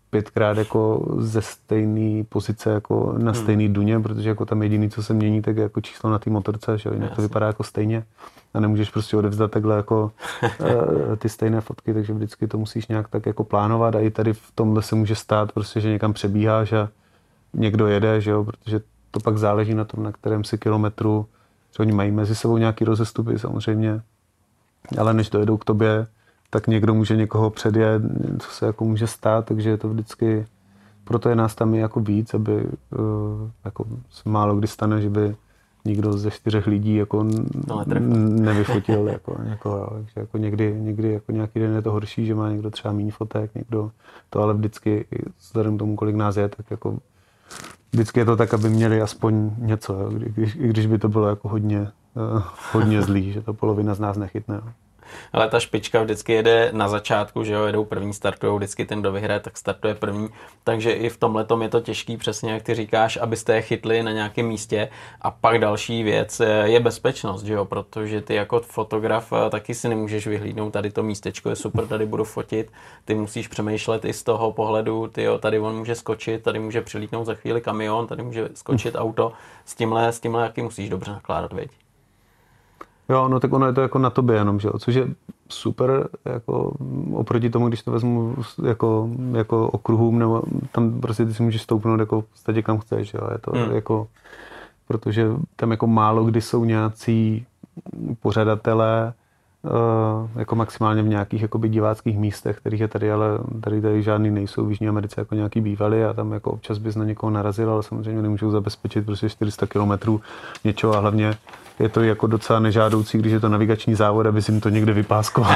5krát jako ze stejné pozice jako na stejný duně, protože jako tam jediný, co se mění, tak je jako číslo na té motorce, že jinak to vypadá jako stejně a nemůžeš prostě odevzdat takhle jako ty stejné fotky, takže vždycky to musíš nějak tak jako plánovat a i tady v tomhle se může stát prostě, že někam přebíháš a někdo jede, že jo, protože to pak záleží na tom, na kterém si kilometru, že oni mají mezi sebou nějaký rozestupy samozřejmě, ale než dojedou k tobě, tak někdo může někoho předjet, co se jako může stát, takže je to vždycky, proto je nás tam i jako víc, aby jako se málo kdy stane, že by nikdo ze 4 lidí jako nevyfotil jako někoho, takže jako někdy jako nějaký den je to horší, že má někdo třeba méně fotek, někdo to, ale vždycky vzhledem k tomu, kolik nás je, tak jako vždycky je to tak, aby měli aspoň něco, jo, i když by to bylo jako hodně zlý, že to polovina z nás nechytne. Jo. Ale ta špička vždycky jede na začátku, že jo, jedou první, startujou vždycky ten, kdo vyhraje, tak startuje první, takže i v tomhletom je to těžký, přesně jak ty říkáš, abyste je chytli na nějakém místě a pak další věc je bezpečnost, že jo, protože ty jako fotograf taky si nemůžeš vyhlídnout, tady to místečko je super, tady budu fotit, ty musíš přemýšlet i z toho pohledu, tyjo, tady on může skočit, tady může přilítnout za chvíli kamion, tady může skočit auto, s tímhle jaký musíš dobře nakládat, viď? Jo, no tak ono je to jako na tobě jenom, že jo, což je super, jako oproti tomu, když to vezmu jako okruhům, nebo tam prostě ty si můžeš stoupnout jako v podstatě kam chceš, jo, je to jako, protože tam jako málo kdy jsou nějací pořadatelé, jako maximálně v nějakých jakoby diváckých místech, kterých je tady, ale tady žádný nejsou v Jižní Americe jako nějaký bývalý a tam jako občas bys na někoho narazil, ale samozřejmě nemůžou zabezpečit prostě 400 kilometrů něčeho a hlavně je to jako docela nežádoucí, když je to navigační závod, aby si jim to někde vypáskoval,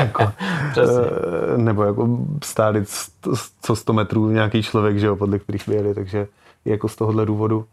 nebo jako stálit co 100 metrů nějaký člověk, že jo, podle kterých by jeli, takže jako z tohohle důvodu.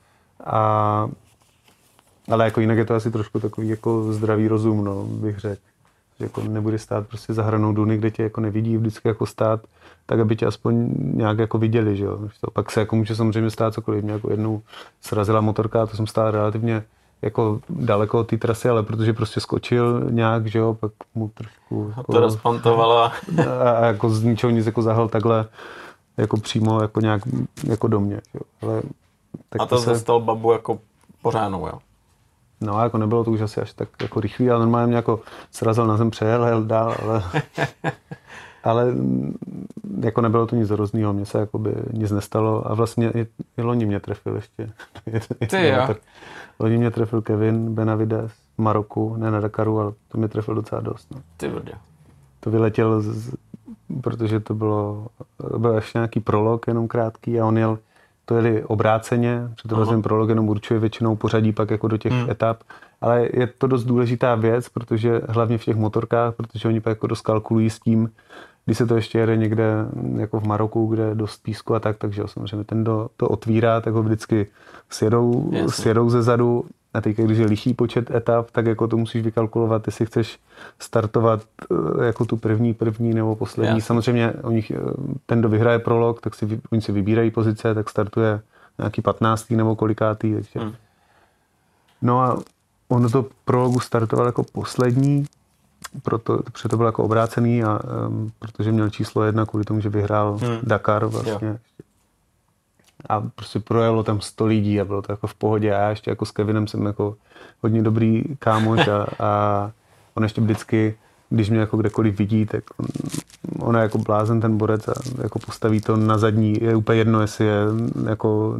Ale jako jinak je to asi trošku takový jako zdravý rozum, no, bych řekl. Že jako nebude stát prostě za hranou duny, kde tě jako nevidí, vždycky jako stát, tak aby tě aspoň nějak jako viděli, že jo. Pak se jako může samozřejmě stát cokoliv. Mě jako jednou srazila motorka, to jsem stál relativně jako daleko od té trasy, ale protože prostě skočil nějak, že jo, pak mu trošku jako, to rozpantovala. A jako z ničeho nic jako zahal takhle jako přímo jako nějak jako do mě, jo. Ale, tak a to zastal babu jako pořádnou, jo? No jako nebylo to už asi až tak jako rychlý, ale normálně mě jako srazil na zem, přejel dál, ale jako nebylo to nic hroznýho, mně se jakoby nic nestalo a vlastně i loni mě trefil ještě. Ty jo. Loni mě trefil Kevin Benavides v Maroku, ne na Dakaru, ale to mě trefil docela dost. No. Ty brdě. To vyletěl, protože to byl ještě nějaký prolog, jenom krátký a on to jeli obráceně, protože ten prolog jenom určuje většinou pořadí pak jako do těch etap, ale je to dost důležitá věc, protože hlavně v těch motorkách, protože oni pak jako dost kalkulují s tím, když se to ještě jede někde jako v Maroku, kde je dost písku a tak, takže samozřejmě ten, kdo to otvírá, tak ho vždycky sjedou ze zadu a teď, když je lichý počet etap, tak jako to musíš vykalkulovat, jestli chceš startovat jako tu první nebo poslední. Jasně. Samozřejmě ten, kdo vyhraje prolog, tak oni si vybírají pozice, tak startuje nějaký 15. nebo kolikátý. No a on to prologu startoval jako poslední, protože to byl jako obrácený a protože měl číslo 1 kvůli tomu, že vyhrál Dakar vlastně. Jo. A prostě projelo tam 100 lidí a bylo to jako v pohodě a já ještě jako s Kevinem jsem jako hodně dobrý kámoš a on ještě vždycky, když mě jako kdekoliv vidí, tak on je jako blázen ten borec a jako postaví to na zadní, je úplně jedno, jestli je jako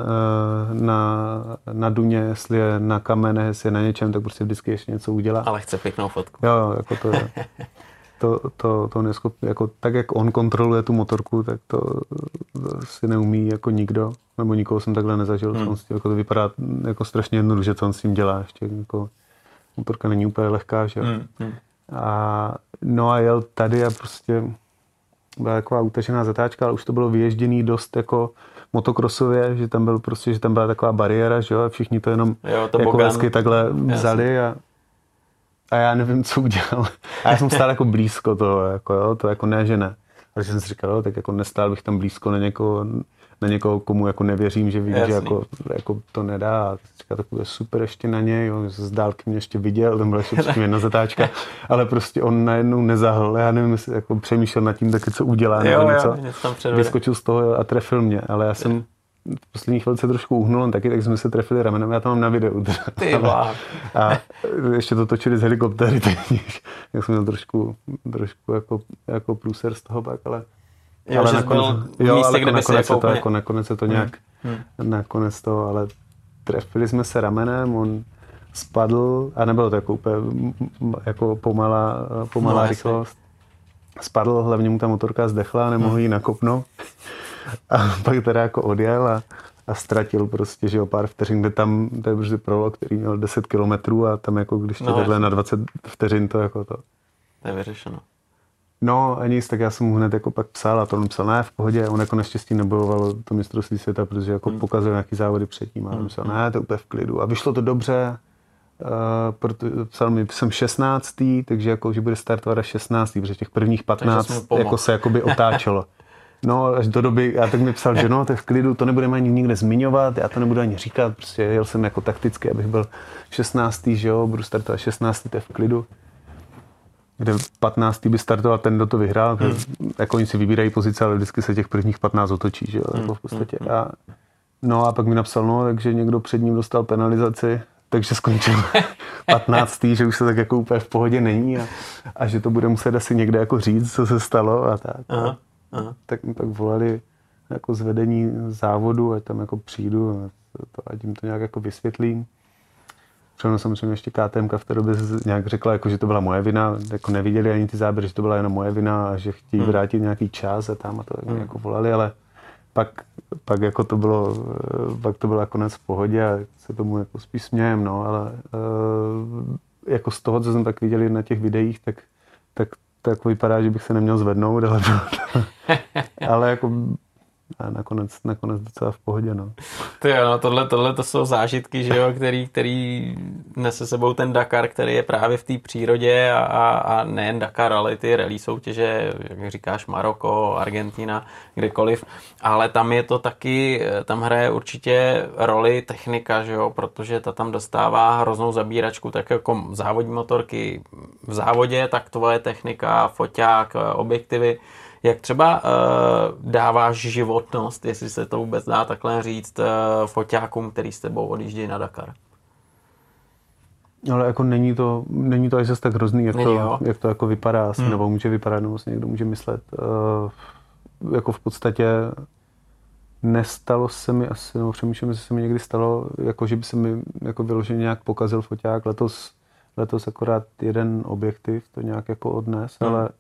na duně, jestli je na kamene, jestli je na něčem, tak prostě vždycky ještě něco udělá. Ale chce pěknou fotku. Jo, jako to je. To neschopný, jako tak, jak on kontroluje tu motorku, tak to si neumí jako nikdo, nebo nikoho jsem takhle nezažil, jako to vypadá jako strašně jednoduše, co on s tím dělá, ještě jako motorka není úplně lehká, že? No a jel tady a prostě byla taková utažená zatáčka, ale už to bylo vyježděný dost jako motokrosově, že tam byla taková bariéra, že jo, a všichni to jenom jako hezky takhle vzali a já nevím, co udělal. A já jsem stál jako blízko toho, jako jo, to jako ne, že ne. Ale že jsem si říkal, tak jako nestál bych tam blízko na někoho, komu jako nevěřím, že vidí, že jako to nedá. A říkal, tak bude super ještě na něj, jo, z dálky mě ještě viděl, tam byla ještě předtím jedna zatáčka, ale prostě on najednou nezahl, já nevím, jestli jako přemýšlel nad tím taky, co udělá, nebo něco. Vyskočil z toho a trefil mě, ale já jsem v poslední chvíli se trošku uhnul on taky, tak jsme se trefili ramenem, já to mám na videu. A ještě to točili z helikoptéry, tak jsem měl trošku jako průser z toho pak, ale jo, ale nakonec se to nějak nakonec to, ale trefili jsme se ramenem, on spadl a nebylo to jako úplně jako pomalá rychlost. Spadl, hlavně mu ta motorka zdechla, nemohl jí nakopnout. A pak teda jako odjel a ztratil prostě, že o pár vteřin, kde tam, to je prostě prolog, který měl 10 kilometrů a tam jako když to takhle na 20 vteřin to jako to. To je vyřešeno. No a nic, tak já jsem mu hned jako pak psal a to on psal, ne, v pohodě, on jako naštěstí nebojoval to mistrovství světa, protože jako pokazil nějaký závody předtím a on psal, ne, to je úplně v klidu a vyšlo to dobře, psal mi, jsem 16. takže jako, že bude startovat až 16. protože těch prvních 15 jako se jakoby otáčelo. No až do doby, já tak mi psal, že no, to je v klidu, to nebudeme ani nikde zmiňovat, já to nebudu ani říkat, prostě jel jsem jako takticky, abych byl 16. že jo, budu startovat 16. to je v klidu. Kde 15. by startoval ten, kdo to vyhrál, jako oni si vybírají pozice, ale vždycky se těch prvních 15 otočí, že jo, jako v podstatě. No a pak mi napsal, no, takže někdo před ním dostal penalizaci, takže skončil 15. že už se tak jako úplně v pohodě není a že to bude muset asi někde jako říct, co se stalo a tak. Aha. Tak mi pak volali jako z vedení závodu, ať tam jako přijdu a ať jim to nějak jako vysvětlím. Třeba samozřejmě ještě KTMka v té době nějak řekla, jako, že to byla moje vina, jako neviděli ani ty záběry, že to byla jenom moje vina a že chtějí vrátit nějaký čas a tam a to jako volali, ale pak jako to bylo, pak to bylo konec v pohodě a se tomu jako spíš smějem, no, ale jako z toho, co jsem tak viděli na těch videích, tak vypadá, že bych se neměl zvednout, ale jako a nakonec docela v pohodě, no. Tohle to jsou zážitky, že jo, který nese sebou ten Dakar, který je právě v té přírodě a nejen Dakar, ale i ty rally soutěže, jak říkáš, Maroko, Argentina, kdekoliv, ale tam je to taky, tam hraje určitě roli technika, že jo, protože ta tam dostává hroznou zabíračku, tak jako závodní motorky v závodě, tak tvoje technika, foťák, objektivy. Jak třeba dáváš životnost, jestli se to vůbec dá takhle říct, foťákům, který s tebou odjíždějí na Dakar? Ale jako není to až zase tak hrozný, jak to jako vypadá asi, nebo může vypadat, nebo si někdo může myslet. Jako v podstatě nestalo se mi asi, nebo přemýšlím, že se mi někdy stalo, jako že by se mi jako vyloženě nějak pokazil foťák. Letos akorát jeden objektiv to nějak jako odnes,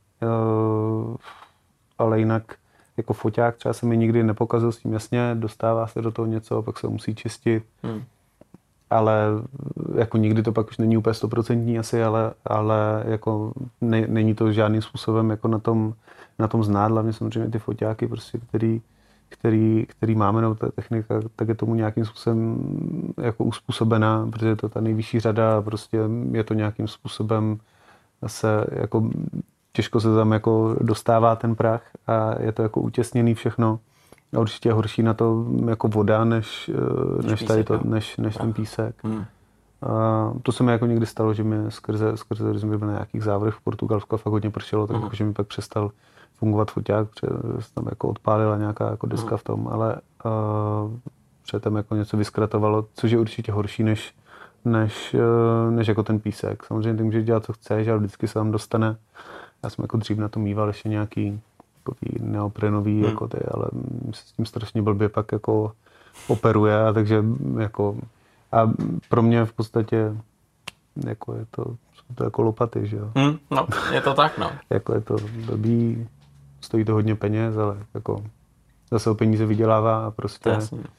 ale jinak jako foťák třeba se mi nikdy nepokazil, s tím jasně, dostává se do toho něco, pak se musí čistit, ale jako nikdy to pak už není úplně 100% asi, ale jako není to žádným způsobem jako na tom znát, hlavně samozřejmě ty foťáky, prostě, který máme, nebo ta technika, tak je tomu nějakým způsobem jako uspůsobená, protože je to ta nejvyšší řada a prostě je to nějakým způsobem zase jako těžko se tam jako dostává ten prach a je to jako utěsněný všechno. A určitě je horší na to jako voda, než ten písek. A to se mi jako někdy stalo, že mi skrze když jsme byli na nějakých závodech v Portugalsku a fakt hodně pršelo, tak jako, že mi pak přestal fungovat foťák, protože se tam jako odpálila nějaká jako deska v tom, ale předtím jako něco vyskratovalo, což je určitě horší, než jako ten písek. Samozřejmě ty můžeš dělat, co chceš, ale vždycky se tam dostane. Já jsem jako dřív na to mýval ještě nějaký neoprenový, jako ty, ale se s tím strašně blbě pak jako operuje, a takže jako a pro mě v podstatě jako jsou to jako lopaty, že jo. No, je to tak, no. Jako je to blbý, stojí to hodně peněz, ale jako zase o peníze vydělává a prostě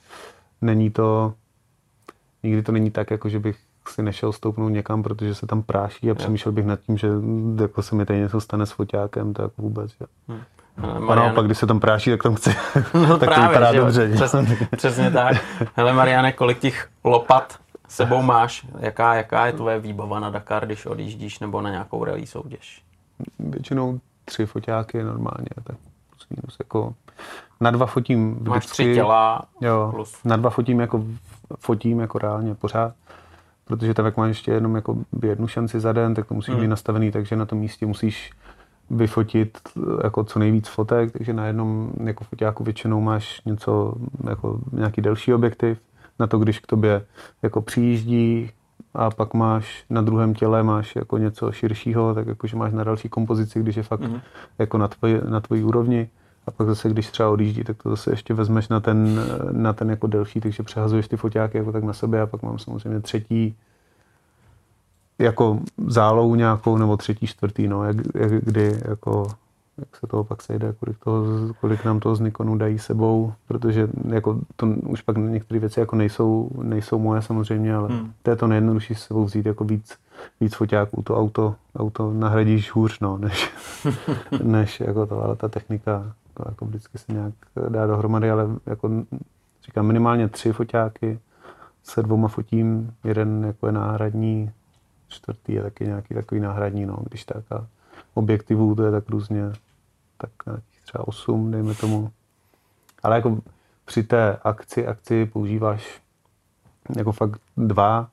nikdy to není tak, jako že bych si nešel stoupnout někam, protože se tam práší a přemýšlel bych nad tím, že jako se mi tady něco stane s foťákem, tak jako vůbec. A naopak, když se tam práší, tak tam chci, no tak právě, to vypadá dobře. Přesně tak. Hele Mariane, kolik těch lopat sebou máš? Jaká je tvoje výbava na Dakar, když odjíždíš nebo na nějakou rally soutěž? Většinou 3 foťáky normálně. Tak. minus. Jako na 2 fotím vždycky. Máš 3 těla jo, plus. Na 2 fotím jako reálně pořád. Protože tam, jak máš ještě jenom jako jednu šanci za den, tak to musíš mít nastavený, takže na tom místě musíš vyfotit jako co nejvíc fotek, takže na jednom jako foťáku většinou máš něco, jako nějaký delší objektiv, na to, když k tobě jako přijíždí a pak máš na druhém těle máš jako něco širšího, tak jakože máš na další kompozici, když je fakt jako na tvojí úrovni. A pak zase, když třeba odjíždí, tak to zase ještě vezmeš na ten jako delší, takže přehazuješ ty foťáky jako tak na sebe a pak mám samozřejmě třetí jako zálohu nějakou, nebo třetí, čtvrtý, no, jak se toho pak sejde, kolik nám toho z Nikonu dají sebou, protože jako to už pak některé věci jako nejsou moje samozřejmě, ale to je to nejjednodušší s sebou vzít jako víc foťáků, to auto nahradíš hůř, no, než jako to, ale ta technika jako vždycky se nějak dá dohromady, ale jako říkám minimálně 3 foťáky, se 2 fotím, jeden jako je náhradní, čtvrtý je taky nějaký takový náhradní, no, když tak a objektivů to je tak různě, tak třeba 8, dejme tomu. Ale jako při té akci používáš jako fakt 2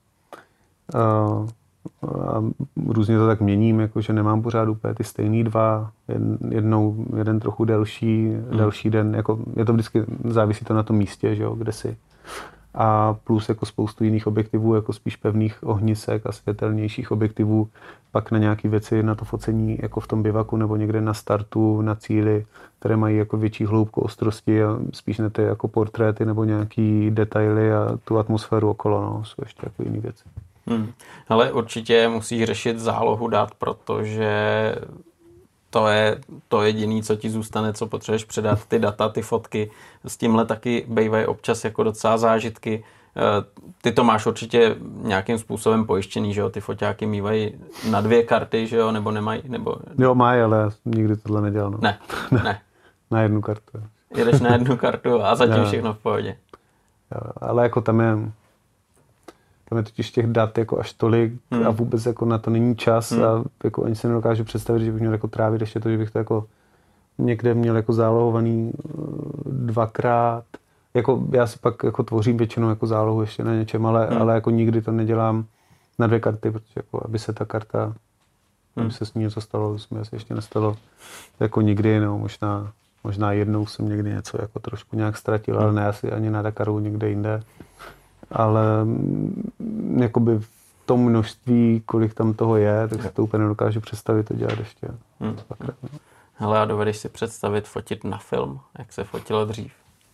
a různě to tak měním, jakože nemám pořád úplně ty stejný 2, jeden trochu delší den, jako je to vždycky, závisí to na tom místě, že jo, kde si. A plus jako spoustu jiných objektivů, jako spíš pevných ohnisek a světelnějších objektivů, pak na nějaké věci na to focení jako v tom bivaku nebo někde na startu, na cíli, které mají jako větší hloubku ostrosti a spíš na ty jako portréty nebo nějaký detaily a tu atmosféru okolo, no, jsou ještě jako jiné věci. Ale určitě musíš řešit zálohu dat, protože to jediné, co ti zůstane, co potřebuješ předat, ty data, ty fotky. S tímhle taky bývají občas jako docela zážitky. Ty to máš určitě nějakým způsobem pojištěný, že jo? Ty foťáky mývají na 2 karty, že jo? Nebo nemají? Nebo... Jo, mají, ale já nikdy tohle nedělal. No. Ne. Na 1 kartu. Jedeš na 1 kartu a zatím všechno v pohodě. Jo, ale jako tam je totiž těch dat jako až tolik a vůbec jako na to není čas a jako ani se nedokážu představit, že bych měl jako trávit ještě to, že bych to jako někde měl jako zálohovaný 2krát. Jako já si pak jako tvořím většinou jako zálohu ještě na něčem, ale jako nikdy to nedělám na 2 karty, protože jako aby se ta karta, aby se s ní něco stalo, to se mi asi ještě nestalo jako nikdy, no možná jednou jsem někdy něco jako trošku nějak ztratil, ale ne asi ani na Dakaru, někde jinde. Ale jakoby v tom množství, kolik tam toho je, tak si to úplně nedokážu představit to dělat ještě. Hele, a dovedeš si představit fotit na film, jak se fotilo dřív?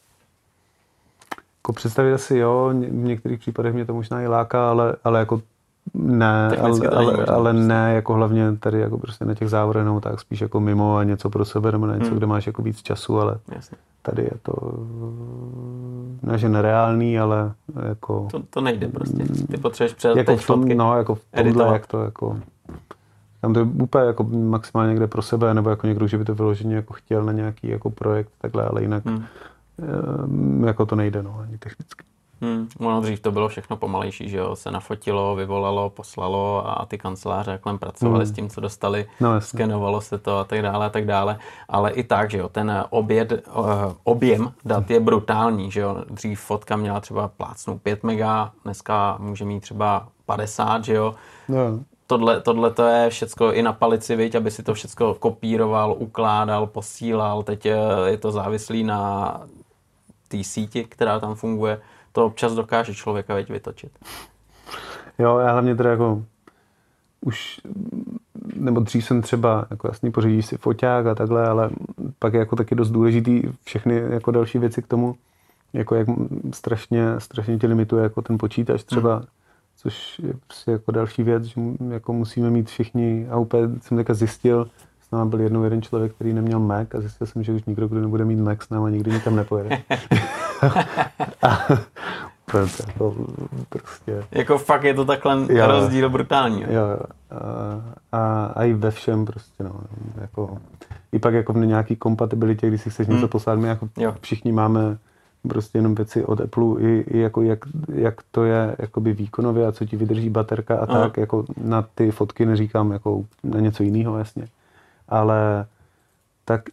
Jako představit asi jo, v některých případech mě to možná i láká, ale jako ne, ale ne, jako hlavně tady jako prostě na těch závodech, no, tak spíš jako mimo a něco pro sebe, nebo na něco, kde máš jako víc času, ale jasně. Tady je to ne, že nereálný, ale jako... To nejde prostě. Ty potřebuješ předat jako teď fotky. No, jako v tomhle, jak to jako... Tam to je úplně jako maximálně někde pro sebe, nebo jako někdo, že by to vyloženě jako chtěl na nějaký jako projekt, takhle, ale jinak jako to nejde, no, ani technicky. Ono dřív to bylo všechno pomalejší, že jo, se nafotilo, vyvolalo, poslalo a ty kanceláře jaklem pracovali s tím, co dostali, skenovalo se to a tak dále, ale i tak, že jo, ten objem dat je brutální, že jo, dřív fotka měla třeba plácnou 5 mega, dneska může mít třeba 50, že jo. Tohle to je všecko i na palici, viď, aby si to všecko kopíroval, ukládal, posílal, teď je to závislý na té síti, která tam funguje. To občas dokáže člověka vytočit. Jo, já hlavně teda jako už, nebo dřív jsem třeba, jako jasný, pořídíš si foťák a takhle, ale pak je jako taky dost důležitý všechny jako další věci k tomu, jako jak strašně tě limituje jako ten počítač třeba, což je prostě jako další věc, že jako musíme mít všichni, a úplně jsem teďka zjistil, s náma byl jednou jeden člověk, který neměl Mac a zjistil jsem, že už nikdo, kdo nebude mít Mac, s náma nikdy nikam nepojede. Prostě. Jako fakt je to takhle rozdíl brutální. Jo. A i ve všem prostě, no. Jako, i pak jako v nějaký kompatibilitě, když si chceš něco poslat, my jako všichni máme prostě jenom věci od Apple, i jako jak to je jakoby výkonově a co ti vydrží baterka a tak, jako na ty fotky neříkám jako na něco jiného, jasně. Ale tak i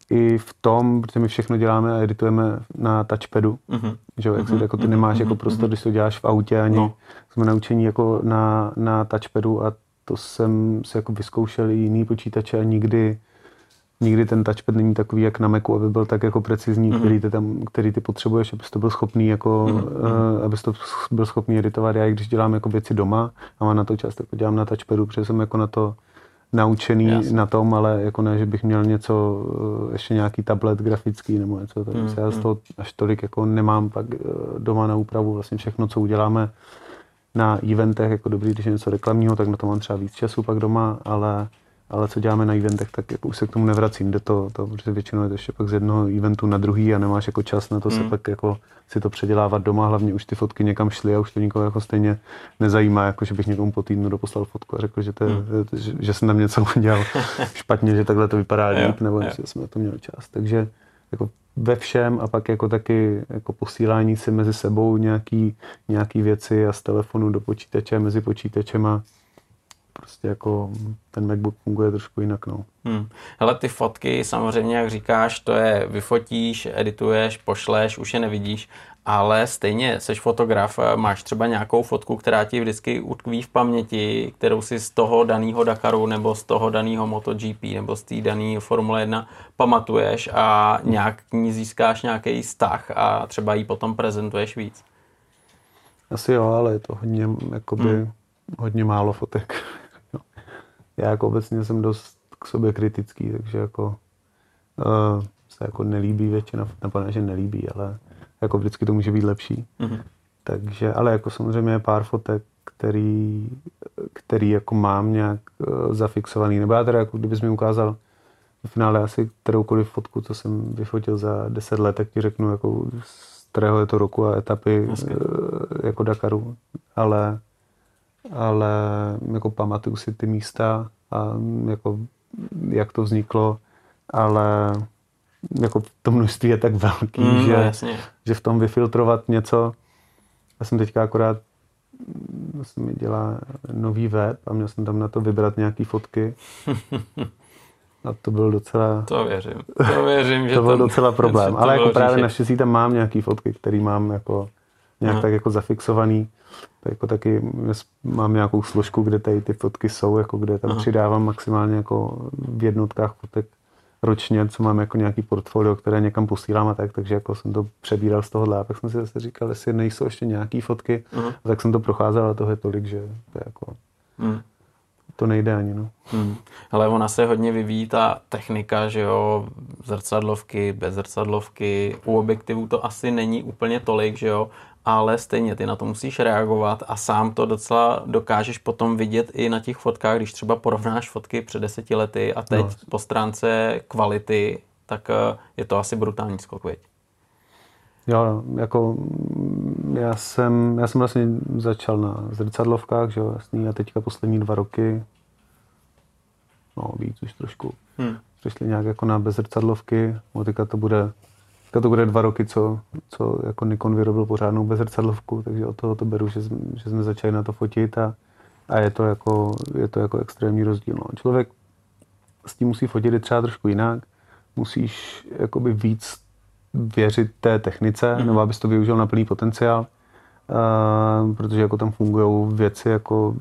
i v tom, protože my všechno děláme a editujeme na touchpadu, že jako ty nemáš jako prostor, když to děláš v autě, ani jsme naučení jako na touchpadu a to jsem si jako vyzkoušel i jiný počítače a nikdy ten touchpad není takový jak na Macu, aby byl tak jako precizní, který ty potřebuješ, abys to byl schopný jako, abys to byl schopný editovat. Já i když dělám jako věci doma a mám na to čas, tak to dělám na touchpadu, protože jsem jako na to naučený na tom, ale jako ne, že bych měl něco, ještě nějaký tablet grafický nebo něco, tak já z toho až tolik jako nemám pak doma na úpravu, vlastně všechno, co uděláme na eventech, jako dobrý, když je něco reklamního, tak na to mám třeba víc času pak doma, ale co děláme na eventech, tak jako už se k tomu nevracím, jde to, protože většinou je to ještě pak z jednoho eventu na druhý a nemáš jako čas na to se pak jako si to předělávat doma, hlavně už ty fotky někam šly a už to nikoho jako stejně nezajímá, jako že bych někomu po týdnu doposlal fotku a řekl, že jsem tam něco udělal špatně, že takhle to vypadá líp, nebo že jsme na to měli čas. Takže jako ve všem a pak jako taky jako posílání si mezi sebou nějaký věci a z telefonu do počítače, mezi počítačema. Prostě jako ten MacBook funguje trošku jinak, no. Hele, ty fotky samozřejmě, jak říkáš, to je vyfotíš, edituješ, pošleš, už je nevidíš, ale stejně seš fotograf, máš třeba nějakou fotku, která ti vždycky utkví v paměti, kterou si z toho daného Dakaru nebo z toho daného MotoGP nebo z té dané Formule 1 pamatuješ a nějak k ní získáš nějaký vztah a třeba ji potom prezentuješ víc. Asi jo, ale je to hodně, jakoby, hodně málo fotek. Já jako obecně jsem dost k sobě kritický, takže jako se jako nelíbí většina, nebo že nelíbí, ale jako vždycky to může být lepší. Takže, ale jako samozřejmě je pár fotek, který jako mám nějak zafixovaný, nebo já teda jako kdybys mi ukázal v finále asi kteroukoliv fotku, co jsem vyfotil za 10 let, tak ti řeknu jako z kterého je to roku a etapy jako Dakaru, ale jako pamatuju si ty místa a jako jak to vzniklo, ale jako to množství je tak velký, že v tom vyfiltrovat něco. Já jsem teďka akorát mi dělá nový web a měl jsem tam na to vybrat nějaký fotky. A to byl docela... To věřím, že to byl docela problém. Ale jako právě naštěstí tam mám nějaký fotky, které mám jako nějak tak jako zafixovaný. Tak jako taky mám nějakou složku, kde tady ty fotky jsou, jako kde tam přidávám maximálně jako v jednotkách fotek ročně, co mám jako nějaký portfolio, které někam posílám a takže jako jsem to přebíral z tohohle. A pak jsem si zase říkal, jestli nejsou ještě nějaký fotky. A tak jsem to procházel a toho je tolik, že to je jako... To nejde ani, no. Ale ona se hodně vyvíjí ta technika, že jo, zrcadlovky, bez zrcadlovky, u objektivů to asi není úplně tolik, že jo, ale stejně ty na to musíš reagovat a sám to docela dokážeš potom vidět i na těch fotkách, když třeba porovnáš fotky před 10 lety a teď po stránce kvality, tak je to asi brutální skok, viď? Jo, jako já jsem vlastně začal na zrcadlovkách, že jo, jasný, a teďka poslední 2 roky, no víc už trošku, přišli nějak jako na bezzrcadlovky, teďka to bude 2 roky, co jako Nikon vyrobil pořádnou bezzrcadlovku, takže od toho to beru, že jsme začali na to fotit a je to jako extrémní rozdíl. No. Člověk s tím musí fotit třeba trošku jinak, musíš jakoby víc věřit té technice, nebo abys to využil na plný potenciál, protože jako tam fungují věci jako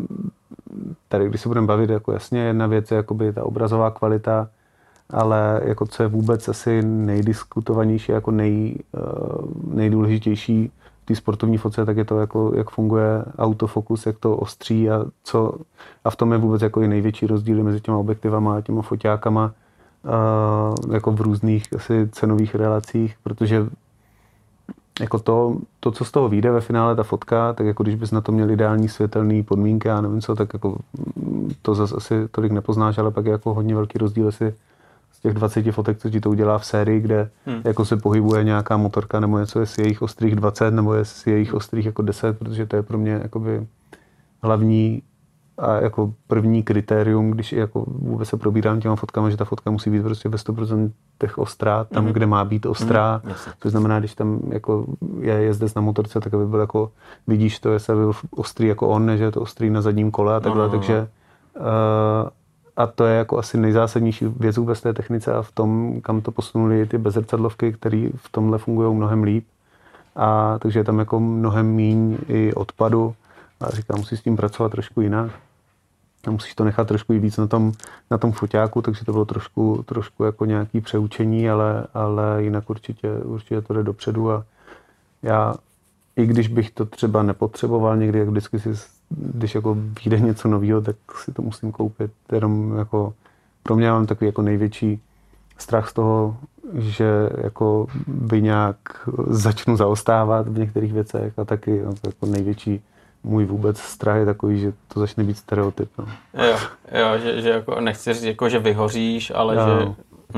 tady, když se budeme bavit, jako jasně jedna věc je jakoby ta obrazová kvalita, ale jako co je vůbec asi nejdiskutovanější, jako nejdůležitější v té sportovní fotce, tak je to, jako, jak funguje autofokus, jak to ostří a v tom je vůbec jako i největší rozdíly mezi těma objektivama a těma foťákama, jako v různých asi cenových relacích, protože jako to, co z toho vyjde ve finále, ta fotka, tak jako když bys na to měl ideální světelný podmínky a nevím co, tak jako to zase asi tolik nepoznáš, ale pak je jako hodně velký rozdíl asi z těch 20 fotek, co ti to udělá v sérii, kde jako se pohybuje nějaká motorka nebo něco, jestli je jich ostrých 20 nebo jestli je jich ostrých jako 10, protože to je pro mě jakoby hlavní a jako první kritérium, když jako vůbec se probírám těma fotkama, že ta fotka musí být prostě ve 100% ostrá, tam, kde má být ostrá. Což znamená, když tam jako je jezdec na motorce, tak aby byl jako, vidíš to, jestli byl ostrý jako on, ne, že je to ostrý na zadním kole a takhle, takže a to je jako asi nejzásadnější věc vůbec té technice a v tom, kam to posunuli ty bezzrcadlovky, které v tomhle fungují mnohem líp. A takže je tam jako mnohem míň i odpadu. A říkám, musíš s tím pracovat trošku jinak. A musíš to nechat trošku i víc na tom foťáku, takže to bylo trošku jako nějaký přeučení, ale jinak určitě to jde dopředu. A já, i když bych to třeba nepotřeboval někdy, jak vždycky když jako vyjde něco nového, tak si to musím koupit. Jenom jako pro mě mám takový jako největší strach z toho, že jako by nějak začnu zaostávat v některých věcech a taky jako největší můj vůbec strach je takový, že to začne být stereotyp. No. Jo, že jako nechci říct, jako, že vyhoříš, ale že...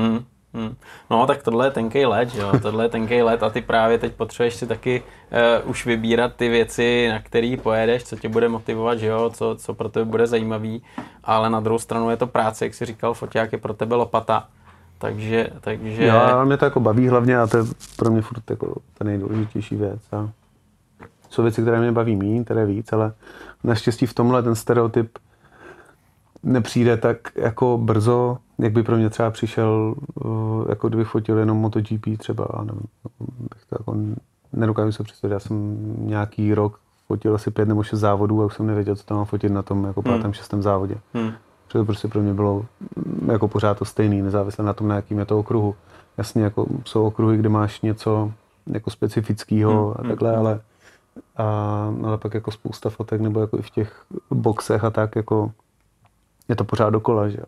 No, tak tohle je tenkej led, jo, tohle je tenkej led a ty právě teď potřebuješ si taky už vybírat ty věci, na který pojedeš, co tě bude motivovat, že jo, co pro tebe bude zajímavý, ale na druhou stranu je to práce, jak jsi říkal, foťák je pro tebe lopata, takže... Jo, ale mě to jako baví hlavně a to je pro mě furt jako ta nejdůležitější věc. A jsou věci, které mě baví míň, které víc, ale naštěstí v tomhle ten stereotyp nepřijde tak jako brzo, jak by pro mě třeba přišel, jako kdybych fotil jenom MotoGP třeba, nevím, bych to jako nedokážu se představit. Já jsem nějaký rok fotil asi 5 nebo 6 závodů a už jsem nevěděl, co tam mám fotit na tom jako 5. 6. závodě. Protože to prostě pro mě bylo jako pořád to stejný, nezávisle na tom, na jakým je to okruhu. Jasně, jako jsou okruhy, kde máš něco jako specifického a takhle, ale pak jako spousta fotek nebo jako i v těch boxech a tak jako je to pořád dokola, že?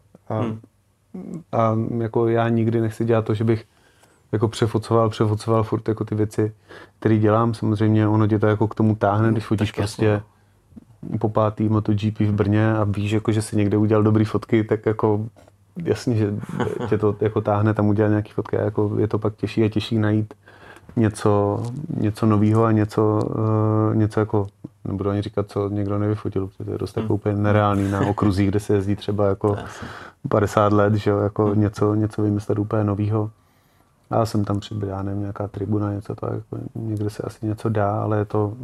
A jako já nikdy nechci dělat to, že bych jako přefocoval furt jako ty věci, které dělám. Samozřejmě ono tě to jako k tomu táhne, když fotíš prostě po 5. MotoGP v Brně a víš, jako, že si někde udělal dobrý fotky, tak jako jasně, že tě to jako táhne tam udělat nějaký fotky a jako je to pak těžší a těžší najít něco nového a něco jako, nebudu ani říkat, co někdo nevyfotil, protože to je dost jako úplně nereálný na okruzích, kde se jezdí třeba jako 50 let, že jo, jako něco vymyslet úplně nového. A já jsem tam přibyl, já nevím, nějaká tribuna, něco to, jako někde se asi něco dá, ale je to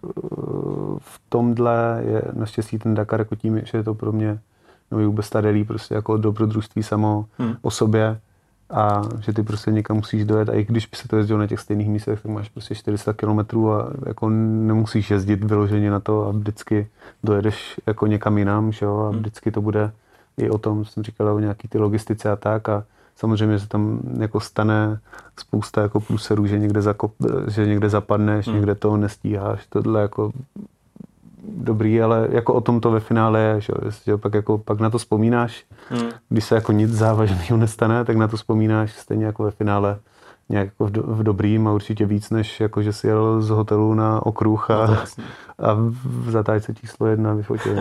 v tomhle je naštěstí ten Dakar jako tím, že je to pro mě nový vůbec stadelý, prostě jako dobrodružství samo o sobě. A že ty prostě někam musíš dojet a i když by se to jezdilo na těch stejných místech, tak máš prostě 400 kilometrů a jako nemusíš jezdit vyloženě na to a vždycky dojedeš jako někam jinam, že jo, a vždycky to bude i o tom, jsem říkal, o nějaký ty logistice a tak a samozřejmě se tam jako stane spousta jako průserů, že někde zapadneš, někde toho nestíháš, tohle jako dobrý, ale jako o tom to ve finále je, že pak na to vzpomínáš, když se jako nic závažného nestane, tak na to vzpomínáš stejně jako ve finále nějak jako v dobrým a určitě víc, než jako, že si jel z hotelu na okruh a v zatáčce číslo 1 vyfotil.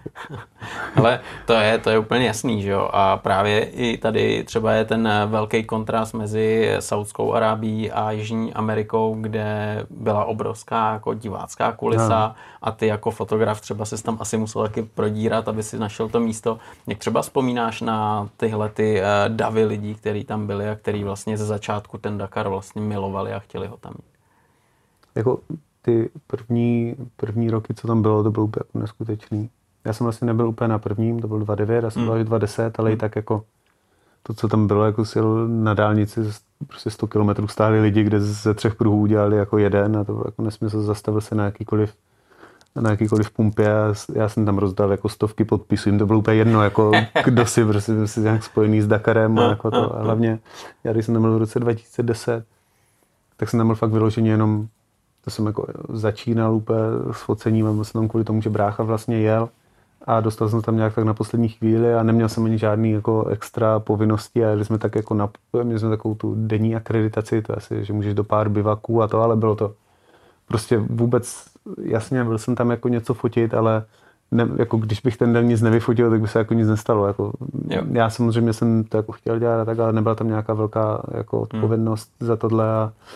Ale to je úplně jasný, že jo? A právě i tady třeba je ten velký kontrast mezi Saudskou Arábií a Jižní Amerikou, kde byla obrovská jako divácká kulisa a ty jako fotograf třeba si tam asi musel taky prodírat, aby si našel to místo. Jak třeba vzpomínáš na tyhle ty davy lidí, kteří tam byli a kteří vlastně ze začátku ten Dakar vlastně milovali a chtěli ho tam mít? Jako ty první roky, co tam bylo, to bylo úplně neskutečný. Já jsem vlastně nebyl úplně na prvním, to byl 2009, já jsem byl 2010, ale i tak jako to, co tam bylo, jako si jel na dálnici, prostě 100 kilometrů stáli lidi, kde ze 3 pruhů udělali jako jeden a to bylo jako nesmysl, zastavil se na jakýkoliv pumpě a já jsem tam rozdal jako 100 podpisů, jim to bylo úplně jedno, jako kdo si prostě nějak spojený s Dakarem a jako to. A hlavně, já když jsem tam byl v roce 2010, tak jsem tam byl fakt vyloženě jenom, to jsem jako začínal úplně s focením a byl jsem tam kvůli tomu, že brácha vlastně jel a dostal jsem tam nějak tak na poslední chvíli a neměl jsem ani žádný jako extra povinnosti a jeli jsme tak jako měli jsme takovou tu denní akreditaci, to asi, že můžeš do pár bivaků a to, ale bylo to prostě vůbec, jasně, byl jsem tam jako něco fotit, ale ne, jako když bych ten den nic nevyfotil, tak by se jako nic nestalo. Jako, já samozřejmě jsem to jako chtěl dělat a tak, ale nebyla tam nějaká velká jako odpovědnost za tohle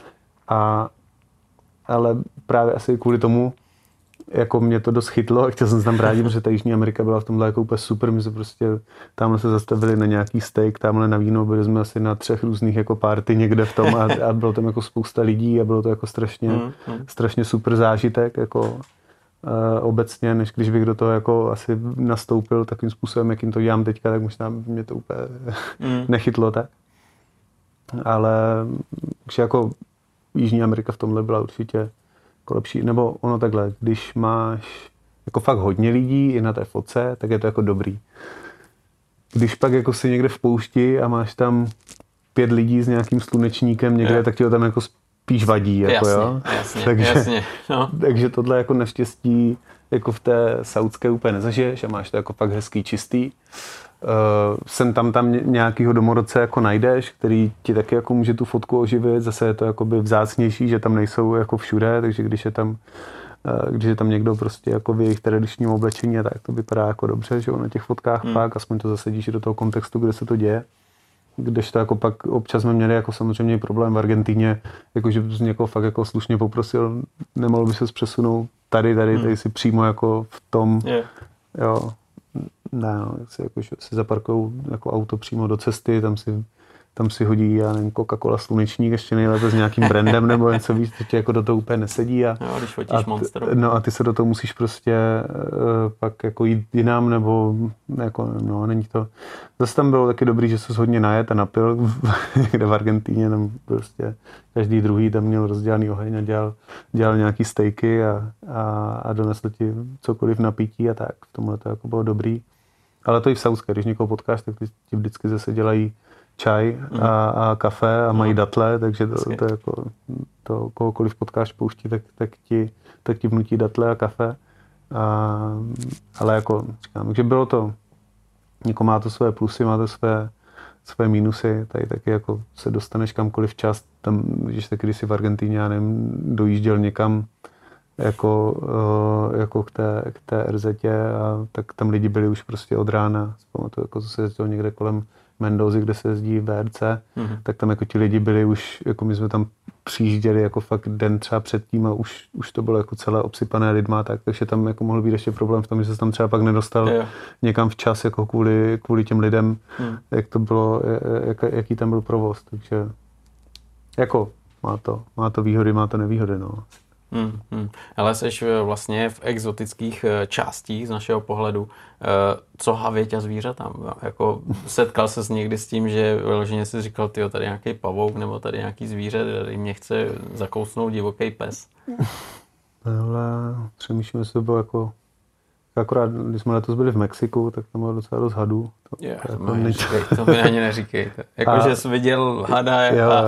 ale právě asi kvůli tomu jako mě to dost chytlo a chtěl jsem se tam vrátit, protože ta Jižní Amerika byla v tomhle jako úplně super. My se prostě tamhle se zastavili na nějaký steak, tamhle na víno, byli jsme asi na 3 různých jako party někde v tom a bylo tam jako spousta lidí a bylo to jako strašně super zážitek jako obecně, než když bych do toho jako asi nastoupil takým způsobem, jakým to dělám teďka, tak možná mě to úplně nechytlo tak. Ale už jako Jižní Amerika v tomhle byla určitě jako lepší, nebo ono takhle, když máš jako fakt hodně lidí i na té fotce, tak je to jako dobrý. Když pak jako si někde v poušti a máš tam 5 lidí s nějakým slunečníkem někde, tak ti ho tam jako spíš vadí. Jako, jasně, jo? Jasně, takže, jasně. No. Takže tohle jako naštěstí jako v té saudské úplně nezažiješ a máš to jako fakt hezký, čistý. Sem tam nějakýho domorodce jako najdeš, který ti taky jako může tu fotku oživit, zase je to jakoby vzácnější, že tam nejsou jako všude, takže když je tam někdo prostě jako v jejich tradičním oblečení, tak to vypadá jako dobře, že na těch fotkách pak, aspoň to zasedíš do toho kontextu, kde se to děje. Kdežto jako pak občas jsme měli jako samozřejmě problém v Argentíně, jakože z někoho fakt jako slušně poprosil, nemohl by se přesunout tady si přímo jako v tom, jo, ne, no, si zaparkují jako auto přímo do cesty, tam si hodí, já nevím, Coca-Cola slunečník, ještě nejlépe s nějakým brandem nebo něco víc, to tě jako do toho úplně nesedí. Když fotíš Monster. No a ty se do toho musíš prostě pak jako jít jinam, nebo jako, no, není to. Zase tam bylo taky dobrý, že se hodně najet a napil, někde v Argentíně, tam prostě každý druhý tam měl rozdělaný oheň a dělal nějaký stejky a donesl ti cokoliv na pití a tak. V tomhle to jako bylo dobrý. Ale to i v Saudské, když někoho potkáš, tak ti vždycky zase dělají čaj a kafe a mají datle, takže to jako to kohokoliv potkáš pouští, tak ti vnutí datle a kafe. Ale jako říkám, takže bylo to, jako má to své plusy, má to své mínusy, tady taky jako se dostaneš kamkoliv čas, tam, když taky když jsi v Argentíně, já nevím, dojížděl někam jako k té RZ-tě a tak tam lidi byli už prostě od rána, zpamatuju, jako se jezdilo někde kolem Mendozy, kde se jezdí VRC, tak tam jako ti lidi byli už, jako my jsme tam přijížděli jako fakt den třeba předtím a už to bylo jako celé obsypané lidma, takže tam jako mohl být ještě problém v tom, že se tam třeba pak nedostal někam včas jako kvůli těm lidem, jak to bylo, jaký tam byl provoz, takže jako má to výhody, má to nevýhody, no. Ale seš vlastně v exotických částích z našeho pohledu. Co havěť a zvířata? Jako setkal ses někdy s tím, že vyloženě si říkal, tyjo, tady nějaký pavouk nebo tady nějaký zvíře, tady mě chce zakousnout divoký pes? Ale přemýšlím, že to bylo jako akorát, když jsme letos byli v Mexiku, tak tam bylo docela dost hadů. To mi ani neříkejte. Jakože jsi viděl hada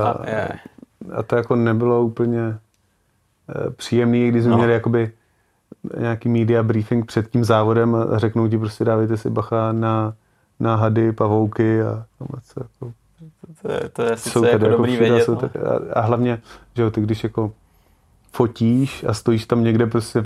a to jako nebylo úplně příjemný, když jsme měli jakoby nějaký media briefing před tím závodem a řeknou ti prostě dávejte si bacha na hady, pavouky a co jako. To je sice jako dobrý vědět. A hlavně, že ty když jako fotíš a stojíš tam někde prostě v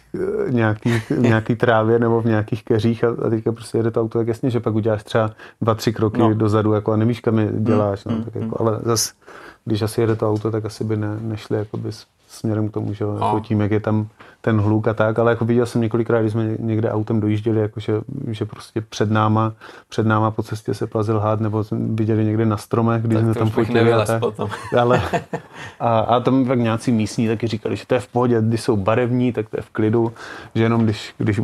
nějaký trávě nebo v nějakých keřích a teďka prostě jede to auto, tak jasně, že pak uděláš třeba 2-3 kroky dozadu jako a nevíš, kam je děláš. Tak jako, ale zase, když asi jede to auto, tak asi by nešli jakoby směrem k tomu, že jako tím, jak je tam ten hluk a tak, ale jako viděl jsem několikrát, když jsme někde autem dojížděli, jako že prostě před náma po cestě se plazil had, nebo viděli někde na stromech, když jsme tam fotili a tak. Ale, a tam tak nějací místní taky říkali, že to je v pohodě, když jsou barevní, tak to je v klidu, že jenom když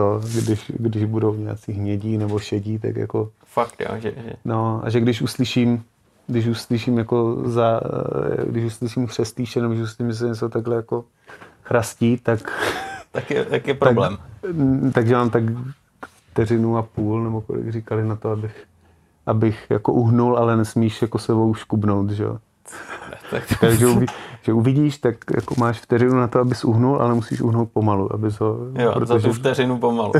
budou nějací hnědí nebo šedí, tak jako. Fakt, jo, že. No, a že když uslyším jako když uslyším chřestýše, nebo když uslyším, že se něco takhle jako chrastí, tak je problém. Takže mám tak 1,5 vteřiny, nebo kolik říkali na to, abych jako uhnul, ale nesmíš jako sebou škubnout, že jo. Takže že uvidíš, tak jako máš vteřinu na to, abys uhnul, ale musíš uhnout pomalu, abys ho. Jo, protože za tu vteřinu pomalu.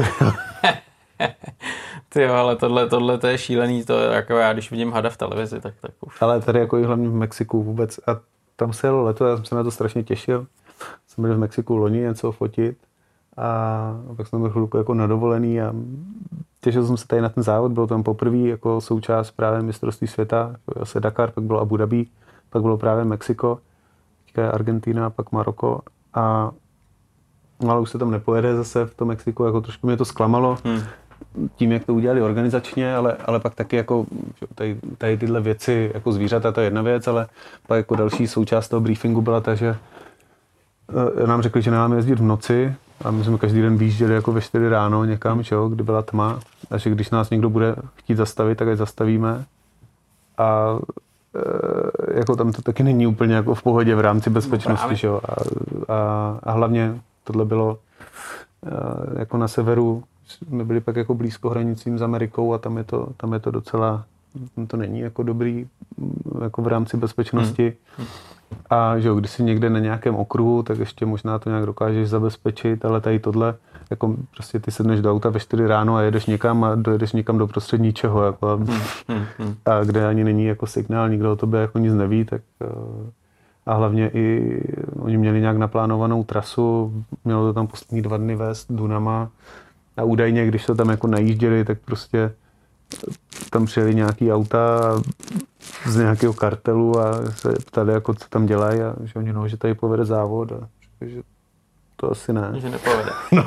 Tyjo, ale tohle to je šílený, to je jako já, když vidím hada v televizi, tak už. Ale tady jako i hlavně v Mexiku vůbec a tam se jelo leto, já jsem se na to strašně těšil. Jsem byl v Mexiku loni něco fotit a pak jsem byl chvilku jako na dovolený a těšil jsem se tady na ten závod, bylo tam poprvé jako součást právě mistrovství světa, se Dakar, pak bylo Abu Dhabi, pak bylo právě Mexiko, teďka je Argentina, pak Maroko a ale už se tam nepojede zase v tom Mexiku, jako trošku mě to zklamalo. Tím, jak to udělali organizačně, ale pak taky jako tady tyhle věci, jako zvířata, to je jedna věc, ale pak jako další součást toho briefingu byla ta, že nám řekli, že nemáme jezdit v noci, a my jsme každý den vyjížděli jako ve 4 ráno někam, že jo, kdy byla tma, a že když nás někdo bude chtít zastavit, tak ať zastavíme. A jako tam to taky není úplně jako v pohodě v rámci bezpečnosti, že jo. A hlavně tohle bylo jako na severu, jsme byli pak jako blízko hranicím s Amerikou a tam je to docela, to není jako dobrý jako v rámci bezpečnosti. A že jo, když jsi někde na nějakém okruhu, tak ještě možná to nějak dokážeš zabezpečit, ale tady tohle, jako prostě ty sedneš do auta ve 4 ráno a jedeš někam a dojedeš někam do prostřed ničeho, jako a kde ani není jako signál, nikdo o tobě jako nic neví, tak a hlavně i oni měli nějak naplánovanou trasu, mělo to tam poslední 2 dny vést Dunama a údajně, když to tam jako najížděli, tak prostě tam přijeli nějaký auta z nějakého kartelu a se ptali, jako, co tam dělají a že oni že tady povede závod a že to asi ne. Že nepovede. No.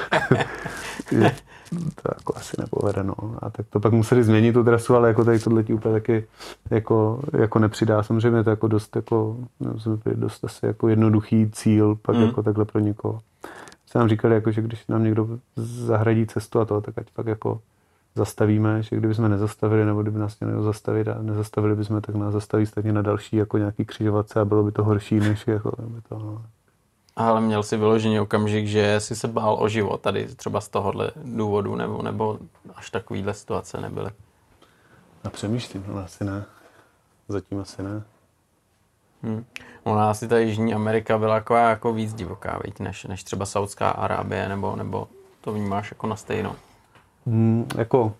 To jako asi nepovede, no. A tak to pak museli změnit tu trasu, ale jako tady tohle ti úplně taky jako nepřidá. Samozřejmě to jako dost asi jako jednoduchý cíl pak jako takhle pro někoho. Se nám říkali, jako, že když nám někdo zahradí cestu a to, tak ať pak jako zastavíme, že kdybychom nezastavili, nebo kdyby nás měli zastavit a nezastavili bychom, tak nás zastaví stejně na další jako nějaký křižovatce a bylo by to horší, než jako by to, no. Ale měl jsi vyložený okamžik, že jsi se bál o život tady třeba z tohohle důvodu, nebo až takovýhle situace nebyly? A přemýšlím, ale asi ne. Zatím asi ne. Ona asi ta Jižní Amerika byla jako víc divoká, než třeba Saudská Arábie, nebo to vnímáš jako na stejno? Jako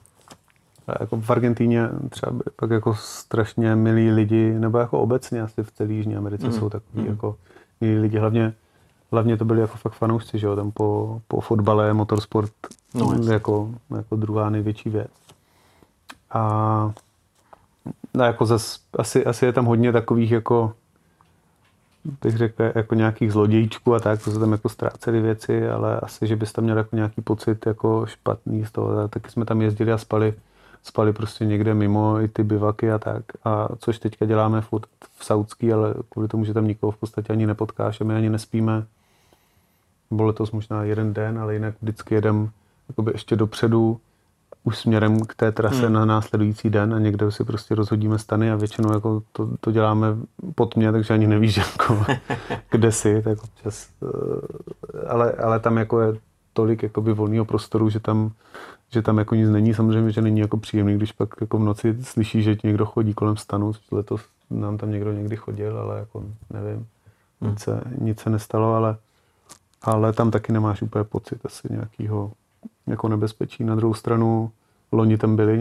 v Argentíně třeba pak jako strašně milí lidi, nebo jako obecně asi v celé Jižní Americe jsou takový jako milí lidi. Hlavně to byli jako fakt fanoušci, že jo, tam po fotbale, motorsport jako druhá největší věc. A jako asi je tam hodně takových jako bych řekl, jako nějakých zlodějčků a tak, to se tam jako ztrácely věci, ale asi, že bys tam měl jako nějaký pocit jako špatný z toho. Taky jsme tam jezdili a spali prostě někde mimo i ty bivaky a tak. A což teďka děláme furt v Saudský, ale kvůli tomu, že tam nikoho v podstatě ani nepotkáš a my ani nespíme. Bylo letos možná 1 den, ale jinak vždycky jedem jakoby ještě dopředu už směrem k té trase na následující den a někde si prostě rozhodíme stany a většinou jako to děláme pod mě, takže ani nevíš, jako, kde jsi, tak občas. Ale tam jako je tolik jakoby volného prostoru, že tam jako nic není. Samozřejmě, že není jako příjemný, když pak jako v noci slyšíš, že ti někdo chodí kolem stanu. Letos nám tam někdo někdy chodil, ale jako nevím, nic se nestalo, ale tam taky nemáš úplně pocit asi nějakého jako nebezpečí. Na druhou stranu loni tam byly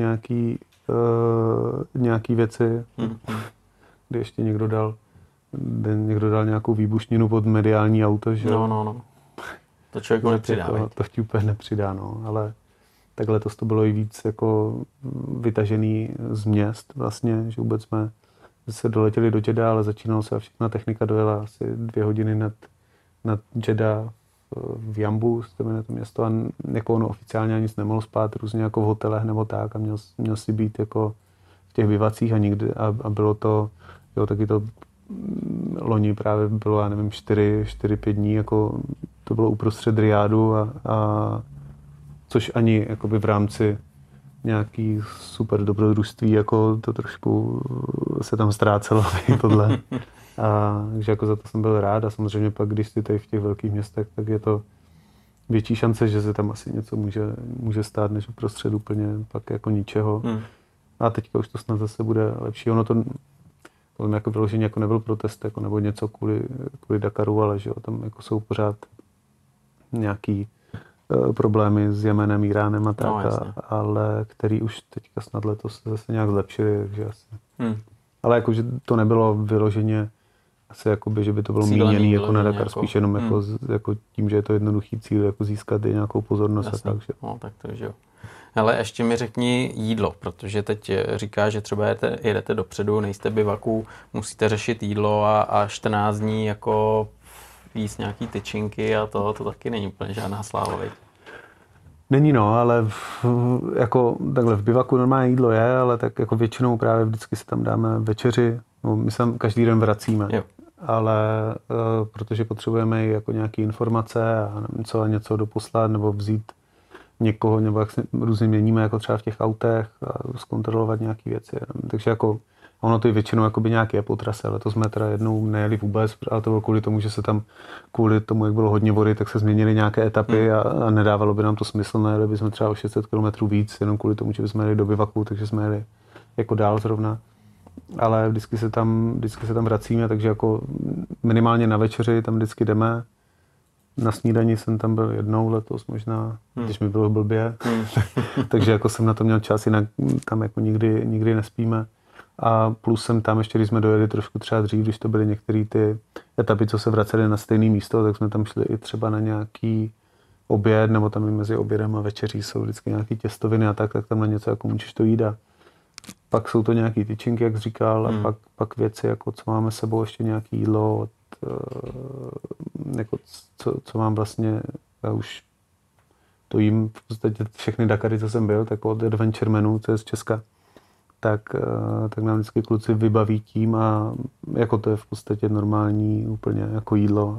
nějaký věci, kdy ještě někdo dal nějakou výbušninu pod mediální auto, že No. To člověku nepřidá. To ti úplně nepřidá, no, ale tak letos to bylo i víc jako vytažený z měst vlastně, že vůbec jsme se doletěli do Jeddah, ale začínalo se a všechna technika dojela asi 2 hodiny nad Jeddah v Jambu, to jmenuje to město, a jako ono oficiálně nic nemohlo spát, různě jako v hotelech nebo tak, a měl si být jako v těch bivacích a bylo to, jo, taky to loni právě bylo, já nevím, 4-5 dní, jako to bylo uprostřed Rijádu a což ani jakoby v rámci nějaký super dobrodružství, jako to trošku se tam ztrácelo tohle. Takže jako za to jsem byl rád a samozřejmě pak, když jsi tady v těch velkých městech, tak je to větší šance, že se tam asi něco může stát, než uprostřed úplně pak jako ničeho. A teďka už to snad zase bude lepší. Ono to jako vyloženě jako nebyl protest jako, nebo něco kvůli Dakaru, ale že jo, tam jako jsou pořád nějaký problémy s Jemenem, Iránem a tak, ale který už teďka snad letos zase nějak zlepšili, takže asi. Ale jako, že to nebylo vyloženě asi jakoby, že by to bylo míněný jako na Dakar, spíš jenom jako tím, že je to jednoduchý cíl, jako získat i nějakou pozornost. Jasně. A tak. Že... No, tak to jo. Ale ještě mi řekni jídlo, protože teď říkáš, že třeba jedete dopředu, nejste bivaku, musíte řešit jídlo a 14 dní jako jíst nějaký tyčinky a to taky není úplně žádná sláva, viď? Není, no, ale jako takhle v bivaku normální jídlo je, ale tak jako většinou právě vždycky si tam dáme večeři, no, my se tam každý den vracíme. Jo. ale protože potřebujeme jako nějaké informace a nevím co, a něco doposlat nebo vzít někoho, nebo jak se různě měníme, jako třeba v těch autech a zkontrolovat nějaké věci. Takže jako ono to i většinou jakoby nějak je po trase, ale to jsme teda jednou nejeli vůbec, ale to bylo kvůli tomu, že se tam kvůli tomu, jak bylo hodně vody, tak se změnily nějaké etapy a nedávalo by nám to smysl, nejeli bychom třeba o 600 km víc, jenom kvůli tomu, že bychom jeli do bivaku, takže jsme jeli jako dál zrovna. Ale vždycky se tam vracíme, takže jako minimálně na večeři tam vždycky jdeme. Na snídani jsem tam byl jednou letos možná, když mi bylo blbě, takže jako jsem na to měl čas, jinak tam jako nikdy nespíme. A plus jsem tam ještě, když jsme dojeli trošku třeba dřív, když to byly některé ty etapy, co se vracely na stejné místo, tak jsme tam šli i třeba na nějaký oběd, nebo tam i mezi obědem a večeří jsou vždycky nějaké těstoviny a tak tam na něco jako můžeš to jít. A pak jsou to nějaké tyčinky, jak říkal, a pak věci, jako co máme s sebou, ještě nějaké jídlo, jako co mám vlastně, já už to jím v podstatě všechny Dakary, co jsem byl, tak od Adventure Menu, co je z Česka, tak nám vždycky kluci vybaví tím a jako to je v podstatě normální úplně jako jídlo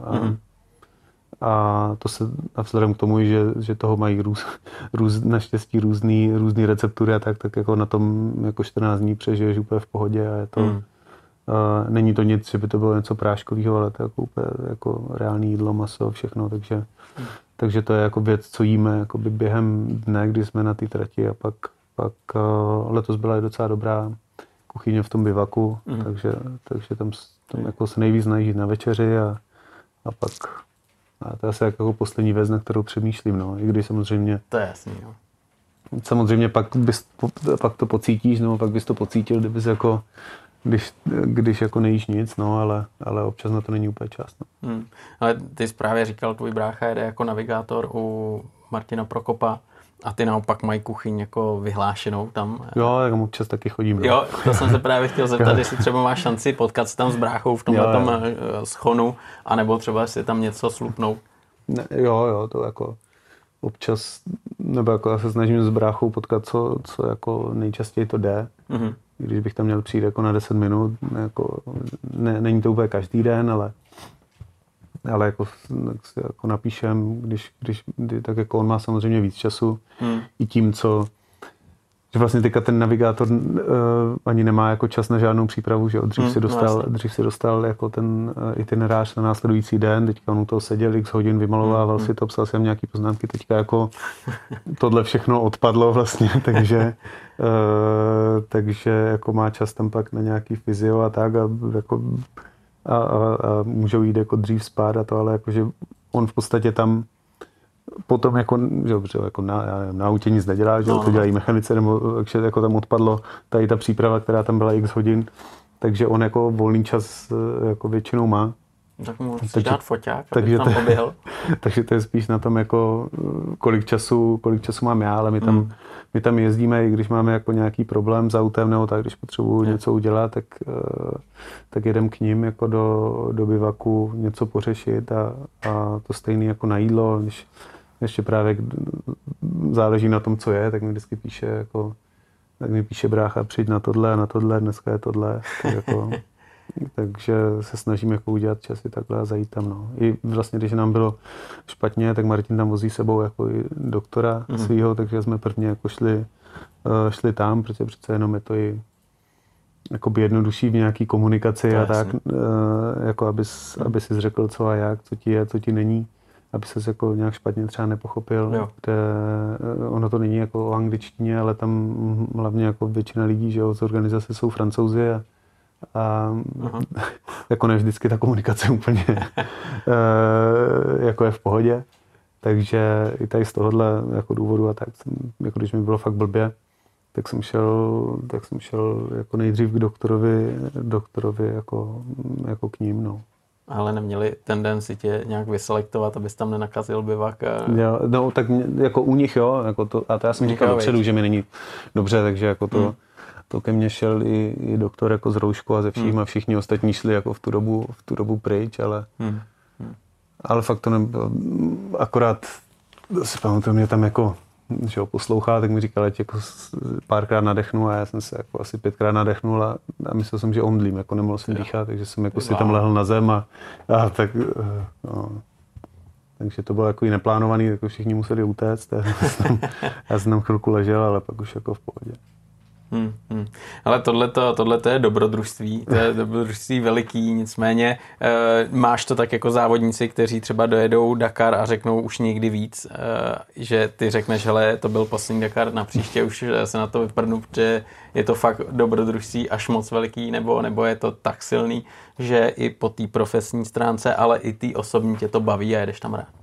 a vzhledem k tomu, že toho mají naštěstí různý receptury a tak jako na tom jako 14 dní přežiješ úplně v pohodě a je to není to nic, že by to bylo něco práškového, ale to je jako úplně jako reální jídlo, maso, všechno, takže to je jako věc, co jíme jako během dne, kdy jsme na té trati a pak letos byla i docela dobrá kuchyně v tom bivaku, takže tam jako se nejvíc najíždí na večeři a pak a to je asi jako poslední věc, na kterou přemýšlím, no, i když samozřejmě to je jasný, jo. Samozřejmě pak to pocítíš, nebo pak bys to pocítil, kdybys jako když jako nejíš nic, no, ale občas na to není úplně čas. No. Ale ty jsi právě říkal, tvůj brácha jede jako navigátor u Martina Prokopa a ty naopak mají kuchyň jako vyhlášenou tam. Jo, tak občas taky chodím. No. Jo, to jsem se právě chtěl zeptat, jestli třeba máš šanci potkat se tam s bráchou v tomhletom schonu, anebo třeba si tam něco slupnou. Ne, jo, to jako občas, nebo jako já se snažím s bráchou potkat, co jako nejčastěji to jde. Když bych tam měl přijít jako na 10 minut, jako není to úplně každý den, ale jako napíšem, když tak jako on má samozřejmě víc času i tím, že vlastně teďka ten navigátor ani nemá jako čas na žádnou přípravu, že dřív si dostal jako ten itinerář na následující den, teďka on u toho seděl x hodin, vymalovával si to, psal jsem nějaký poznámky, teďka jako tohle všechno odpadlo vlastně, takže jako má čas tam pak na nějaký fyzio a tak a můžou jít jako dřív spát a to, ale jakože on v podstatě tam potom jako, že jako na autě nic nedělá, že to dělají mechanice, nebo takže jako tam odpadlo tady ta příprava, která tam byla x hodin, takže on jako volný čas jako většinou má. Tak mu musíš dát foťák, aby tam poběhl. Takže to je spíš na tom jako kolik času mám já, ale my tam jezdíme, i když máme jako nějaký problém s autem, nebo tak, když potřebuju něco udělat, tak jedem k ním jako do bivaku něco pořešit a to stejný jako na jídlo, když ještě právě záleží na tom, co je, tak mi vždycky píše brácha, přijď na tohle, dneska je tohle, takže se snažíme jako udělat časy takhle a zajít tam, no. I vlastně, když nám bylo špatně, tak Martin tam vozí sebou jako i doktora svýho, takže jsme prvně jako šli tam, protože přece jenom je to i jakoby jednodušší v nějaký komunikaci a tak, jako aby si řekl co a jak, co ti je, co ti není, aby ses jako nějak špatně třeba nepochopil, kde ono to není jako o angličtině, ale tam hlavně jako většina lidí, že z organizace jsou Francouzi a jako ne vždycky ta komunikace úplně jako je v pohodě, takže i tady z tohohle jako důvodu a tak, jako když mi bylo fakt blbě, tak jsem šel jako nejdřív k doktorovi jako k ním, no. Ale neměli tendenci tě nějak vyselektovat, abys tam nenakazil bivak? Jo, no tak jako u nich jo, jako to, a to já jsem říkal dopředu, že mi není dobře, takže jako to ke mně šel i doktor jako z rouškou a ze vším a všichni ostatní šli jako v tu dobu pryč, ale fakt to nebylo, akorát si pamatuju, mě tam jako že ho poslouchá, tak mi říkal, ať jako párkrát nadechnu a já jsem se jako asi 5krát nadechnul a myslel jsem, že omdlím, jako nemohl jsem dýchat, takže jsem jako si tam lehl na zem a tak, no. Takže to bylo jako i neplánovaný, jako všichni museli utéct. Já jsem tam chvilku ležel, ale pak už jako v pohodě. Ale tohleto je dobrodružství, to je dobrodružství veliký, nicméně máš to tak jako závodníci, kteří třeba dojedou Dakar a řeknou už nikdy víc, že ty řekneš, hele, to byl poslední Dakar, na příště už se na to vyprdnu, protože je to fakt dobrodružství až moc veliký, nebo je to tak silný, že i po té profesní stránce, ale i té osobní tě to baví a jedeš tam rád.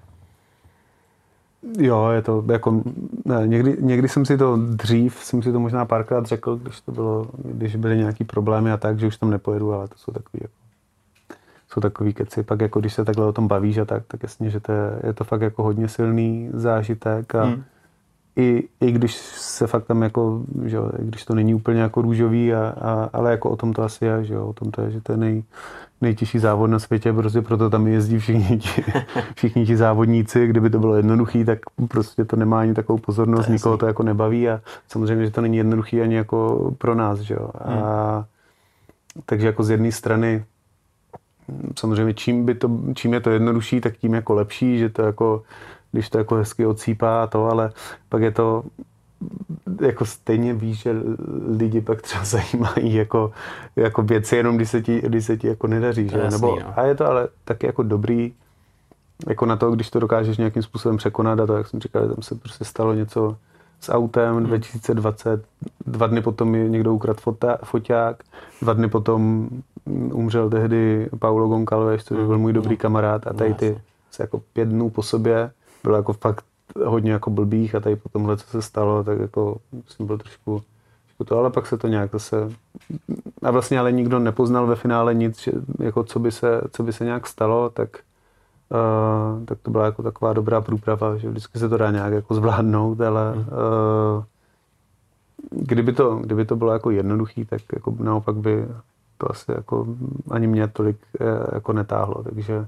Jo, je to jako, ne, někdy jsem si to jsem si to možná párkrát řekl, když byly nějaký problémy a tak, že už tam nepojedu, ale to jsou takový keci. Pak jako když se takhle o tom bavíš a tak jasně, že je to fakt jako hodně silný zážitek a i když se fakt tam jako, že jo, když to není úplně jako růžový, ale jako o tom to asi je, že jo, o tom to je, že to je nejtěžší závod na světě, prostě proto tam jezdí všichni ti závodníci. Kdyby to bylo jednoduchý, tak prostě to nemá ani takovou pozornost, nikoho to jako nebaví a samozřejmě, že to není jednoduchý ani jako pro nás, že jo. Takže jako z jedné strany samozřejmě čím je to jednodušší, tak tím jako lepší, že to jako, když to jako hezky odsýpá a to, ale pak je to jako stejně víš, že lidi pak třeba zajímají jako věci, jenom když se ti jako nedaří, že? Nebo, a je to ale taky jako dobrý jako na to, když to dokážeš nějakým způsobem překonat a to, jak jsem říkal, tam se prostě stalo něco s autem 2020, 2 dny potom mi někdo ukradl foťák, 2 dny potom umřel tehdy Paulo Goncalves, což byl můj dobrý kamarád a tady ty se jako 5 dnů po sobě bylo jako fakt hodně jako blbých a tady po tomhle, co se stalo, tak jako jsem byl trošku to, ale pak se to nějak zase a vlastně ale nikdo nepoznal ve finále nic, že, jako co by se nějak stalo, tak to byla jako taková dobrá průprava, že vždycky se to dá nějak jako zvládnout, ale kdyby to bylo jako jednoduchý, tak jako naopak by to asi jako ani mě tolik jako netáhlo, takže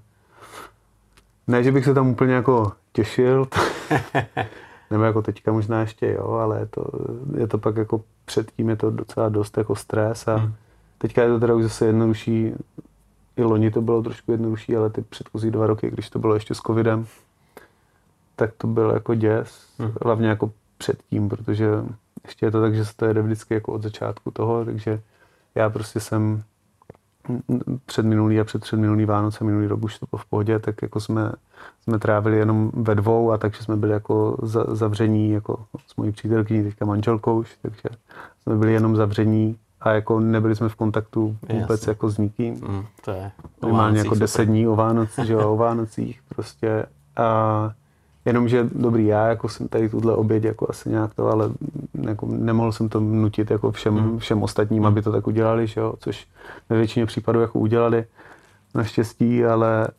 ne, že bych se tam úplně jako těšil, nebo jako teďka možná ještě jo, ale je to pak jako předtím je to docela dost jako stres a teďka je to teda už zase jednodušší, i loni to bylo trošku jednodušší, ale ty předchozí 2 roky, když to bylo ještě s covidem, tak to byl jako děs, hlavně jako předtím, protože ještě je to tak, že se to jede vždycky jako od začátku toho, takže já prostě jsem předminulý a předminulý Vánoce, minulý rok už to bylo v pohodě, tak jako jsme trávili jenom ve 2 a takže jsme byli jako zavření jako s mojí přítelkyní, teďka manželkou už, takže jsme byli jenom zavření a jako nebyli jsme v kontaktu vůbec jako s nikým. To je minimálně jako 10 dní o Vánocích prostě a jenomže dobrý, já jako jsem tady tuhle oběť jako asi nějak to, ale jako nemohl jsem to nutit jako všem ostatním, aby to tak udělali, že jo? Což ve většině případů jako udělali naštěstí, ale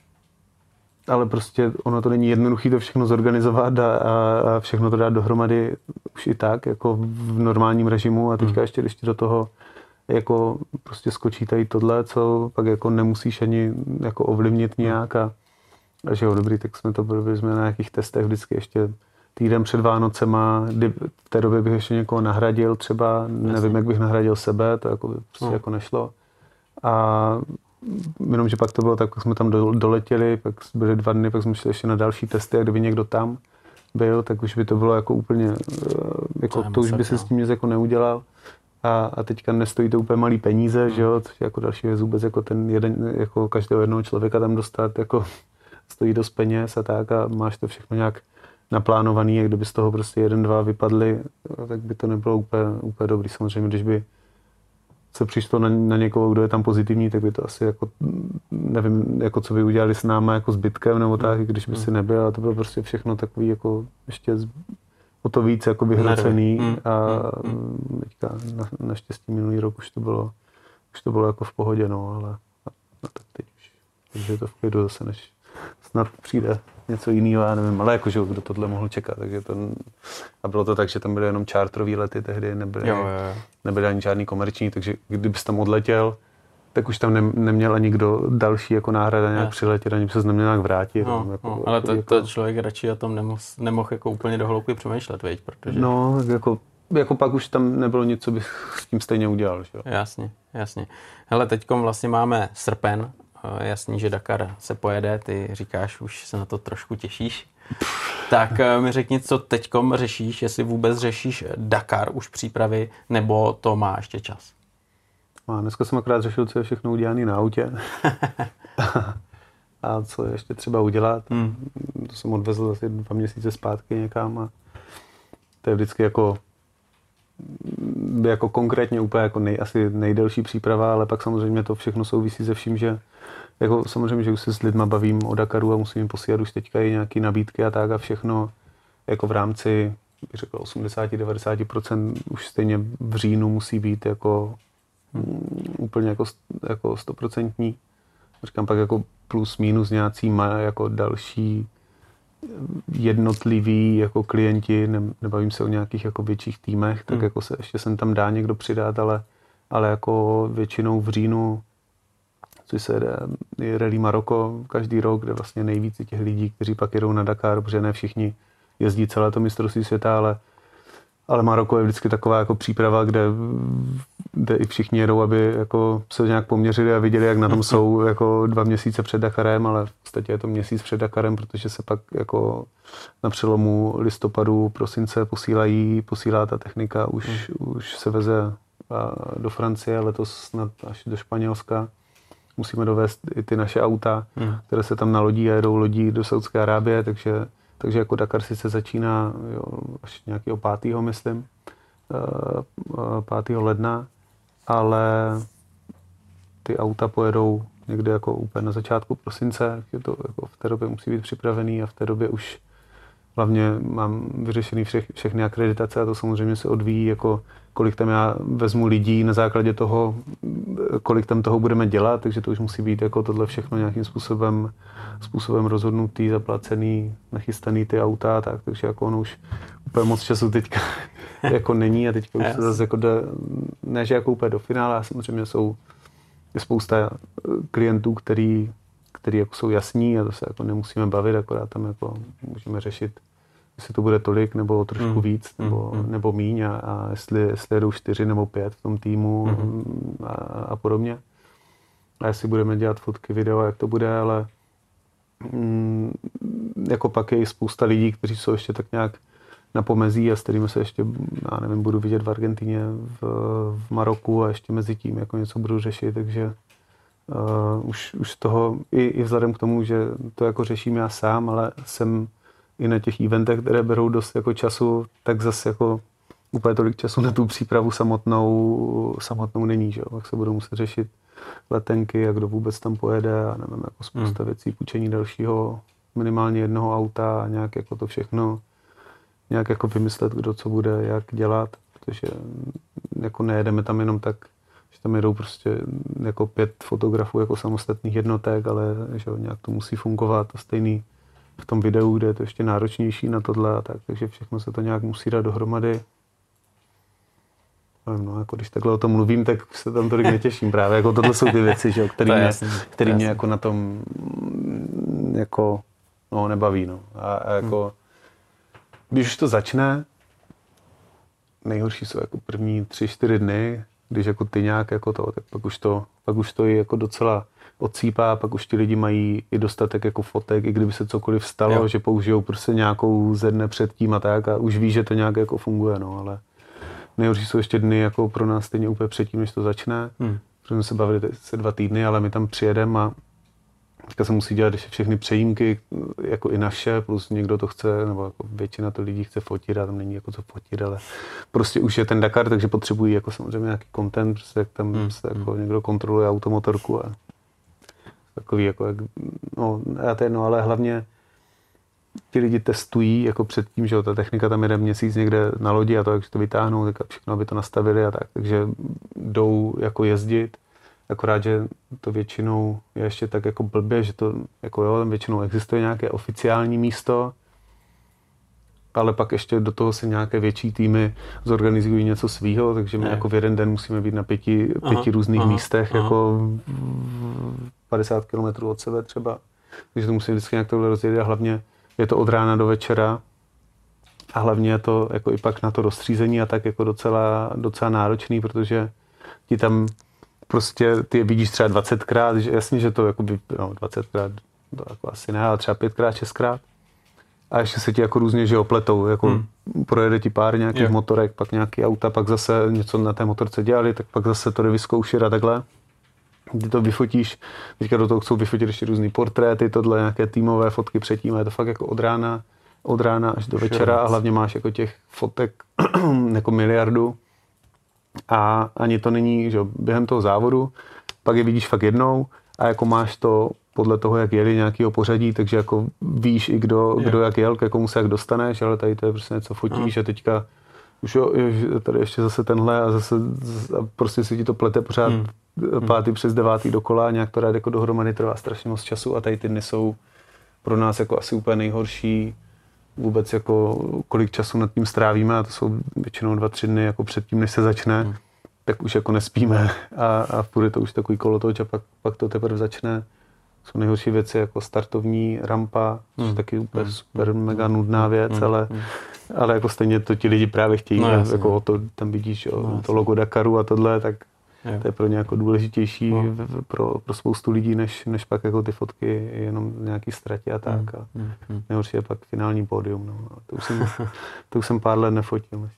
prostě ono to není jednoduché to všechno zorganizovat a všechno to dát dohromady už i tak, jako v normálním režimu a teďka ještě když ti do toho jako prostě skočí tady tohle, co pak jako nemusíš ani jako ovlivnit nějak a že jo, dobrý, tak byli jsme na nějakých testech vždycky ještě týden před Vánocema, v té době bych ještě někoho nahradil třeba, nevím, jak bych nahradil sebe, to jako prostě jako nešlo. A jenomže pak to bylo tak, jsme tam doletěli, pak byly 2 dny, pak jsme šli ještě na další testy a kdyby někdo tam byl, tak už by to bylo jako úplně, jako to už by se s tím nic jako neudělal. A teďka nestojí to úplně malý peníze, že jo, což jako další věc vůbec jako ten jeden, jako každého jednoho člověka tam dostat, jako stojí dost peněz a tak a máš to všechno nějak naplánovaný a kdyby z toho prostě 1, 2 vypadly, tak by to nebylo úplně dobrý. Samozřejmě, když by se přišlo na někoho, kdo je tam pozitivní, tak by to asi jako, nevím, jako co by udělali s náma jako zbytkem nebo tak, když by si nebyl, a to bylo prostě všechno takový jako ještě o to víc jako vyhrocený a teďka naštěstí minulý rok už to bylo jako v pohodě, no, ale tak teď už, takže je to v klidu zase, než snad přijde něco jiného, já nevím, ale jakože kdo tohle mohl čekat, takže a bylo to tak, že tam byly jenom charterový lety tehdy, nebyly ani žádný komerční, takže kdybys tam odletěl, tak už tam neměl nikdo další jako náhrada nějak přiletět, ani se neměl nějak vrátit. Ale to člověk radši o tom nemohl jako úplně do hloubky přemýšlet, veď, protože... No, jako pak už tam nebylo nic, co bych s tím stejně udělal. Že? Jasně. Hele, teďkom vlastně máme srpen, jasný, že Dakar se pojede, ty říkáš, už se na to trošku těšíš. Tak mi řekni, co teďkom řešíš, jestli vůbec řešíš Dakar už přípravy, nebo to má ještě čas? Dneska jsem akorát řešil, co je všechno udělané na autě. A co je ještě třeba udělat. To jsem odvezl asi 2 měsíce zpátky někam a to je vždycky jako konkrétně úplně jako asi nejdelší příprava, ale pak samozřejmě to všechno souvisí se vším, že jako samozřejmě, že už se s lidma bavím o Dakaru a musím jim posílat už teďka i nějaký nabídky a tak a všechno jako v rámci, bych řekl 80-90% už stejně v říjnu musí být jako úplně jako 100%. Říkám pak jako plus minus nějací jako další jednotliví jako klienti, nebavím se o nějakých jako větších týmech, tak jako se ještě sem tam dá někdo přidat, ale jako většinou v říjnu, což se je Rally Maroko každý rok, kde vlastně nejvíce těch lidí, kteří pak jedou na Dakar, protože ne všichni jezdí celé to mistrovství světa, ale Maroko je vždycky taková jako příprava, kde i všichni jedou, aby jako se nějak poměřili a viděli, jak na tom jsou jako 2 měsíce před Dakarem, ale v podstatě je to měsíc před Dakarem, protože se pak jako na přelomu listopadu, prosince posílá ta technika, už se veze do Francie, letos snad až do Španělska. Musíme dovést i ty naše auta, které se tam nalodí a jedou lodí do Saudské Arábie, takže jako Dakar sice začíná až nějakého 5. myslím, 5. ledna, ale ty auta pojedou někde jako úplně na začátku prosince, že to jako v té době musí být připravený a v té době už hlavně mám vyřešený všechny akreditace a to samozřejmě se odvíjí, jako kolik tam já vezmu lidí na základě toho, kolik tam toho budeme dělat, takže to už musí být jako tohle všechno nějakým způsobem rozhodnutý, zaplacený, nachystaný ty auta, tak, takže jako ono už úplně moc času teďka jako není a teďka už se zase jako ne, že jako úplně do finále, a samozřejmě je spousta klientů, který jako jsou jasní a to se jako nemusíme bavit, akorát tam jako můžeme řešit, jestli to bude tolik nebo trošku víc nebo míň a jestli jedou 4 nebo 5 v tom týmu a podobně. A jestli budeme dělat fotky, video, jak to bude, ale jako pak je i spousta lidí, kteří jsou ještě tak nějak na pomezí a s kterými se ještě, já nevím, budu vidět v Argentině, v Maroku a ještě mezi tím jako něco budu řešit, takže už toho i vzhledem k tomu, že to jako řeším já sám, ale jsem i na těch eventech, které berou dost jako času, tak zase jako úplně tolik času na tu přípravu samotnou není, že jo? Tak se budou muset řešit letenky a kdo vůbec tam pojede a nevím, jako spousta věcí, půjčení dalšího, minimálně jednoho auta a nějak jako to všechno, nějak jako vymyslet, kdo co bude, jak dělat, protože jako nejedeme tam jenom tak, že tam jedou prostě jako 5 fotografů jako samostatných jednotek, ale že nějak to musí fungovat a stejný v tom videu, kde je to ještě náročnější na tohle a tak, takže všechno se to nějak musí dát dohromady. No, jako když takhle o tom mluvím, tak se tam tolik netěším právě, jako tohle jsou ty věci, že, které mě jako na tom jako, no, nebaví, no. A jako, když už to začne, nejhorší jsou jako první 3-4 dny, když jako ty nějak jako to, tak pak už to i jako docela odsýpá, pak už ti lidi mají i dostatek jako fotek, i kdyby se cokoliv stalo, že použijou prostě nějakou ze dne předtím a tak a už ví, že to nějak jako funguje, no, ale nejhorší jsou ještě dny jako pro nás stejně úplně předtím, než to začne. Protože jsme se bavili se 2 týdny, ale my tam přijedeme a teďka se musí dělat ještě všechny přejímky, jako i naše, plus někdo to chce, nebo jako většina to lidí chce fotit a tam není jako co fotit, ale prostě už je ten Dakar, takže potřebují jako samozřejmě nějaký content, prostě jak tam se jako někdo kontroluje automotorku a takový jako, ale hlavně ti lidi testují jako předtím, že ta technika tam jede měsíc někde na lodi a to, jak to vytáhnou, tak všechno, aby to nastavili a tak, takže jdou jako jezdit, akorát, že to většinou je ještě tak jako blbě, že to jako tam většinou existuje nějaké oficiální místo, ale pak ještě do toho se nějaké větší týmy zorganizují něco svýho, takže my jako v jeden den musíme být na pěti různých místech, jako 50 km od sebe třeba. Takže to musíme vždycky nějak tohle rozdělit a hlavně je to od rána do večera a hlavně je to jako i pak na to rozstřízení a tak jako docela náročný, protože ti tam prostě ty vidíš třeba 20krát, jasně, že to jako 20krát, to jako asi ne, ale třeba 5krát, 6krát. A ještě se ti jako různě, že opletou, jako projede ti pár nějakých motorek, pak nějaký auta, pak zase něco na té motorce dělali, tak pak zase to jde vyzkoušet a takhle. Ty to vyfotíš, teďka do toho chcou vyfotit ještě různý portréty, tohle nějaké týmové fotky předtím, a je to fakt jako od rána až do večera a hlavně máš jako těch fotek jako miliardu a ani to není, že během toho závodu, pak je vidíš fakt jednou a jako máš to podle toho, jak jeli nějakého pořadí, takže jako víš i kdo jak jel, k komu se jak dostaneš, ale tady to je prostě něco fotíš a teďka už tady ještě zase tenhle a zase a prostě se ti to plete pořád 5. přes 9. dokola a nějak to rád jako dohromady trvá strašně moc času a tady ty dny jsou pro nás jako asi úplně nejhorší vůbec jako kolik času nad tím strávíme a to jsou většinou 2-3 dny jako předtím, než se začne, tak už jako nespíme a půjde to už takový kolotoč a pak to teprve začne. Jsou nejhorší věci jako startovní rampa, což je taky úplně super mega nudná věc, ale jako stejně to ti lidi právě chtějí, jako to tam vidíš to logo Dakaru a tohle, tak to je pro ně jako důležitější pro spoustu lidí, než pak jako ty fotky jenom nějaký ztratě a tak. A nejhorší je pak finální pódium. No. To už jsem pár let nefotil.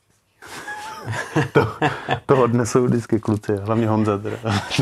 to odnesou vždycky kluci, hlavně Honza teda.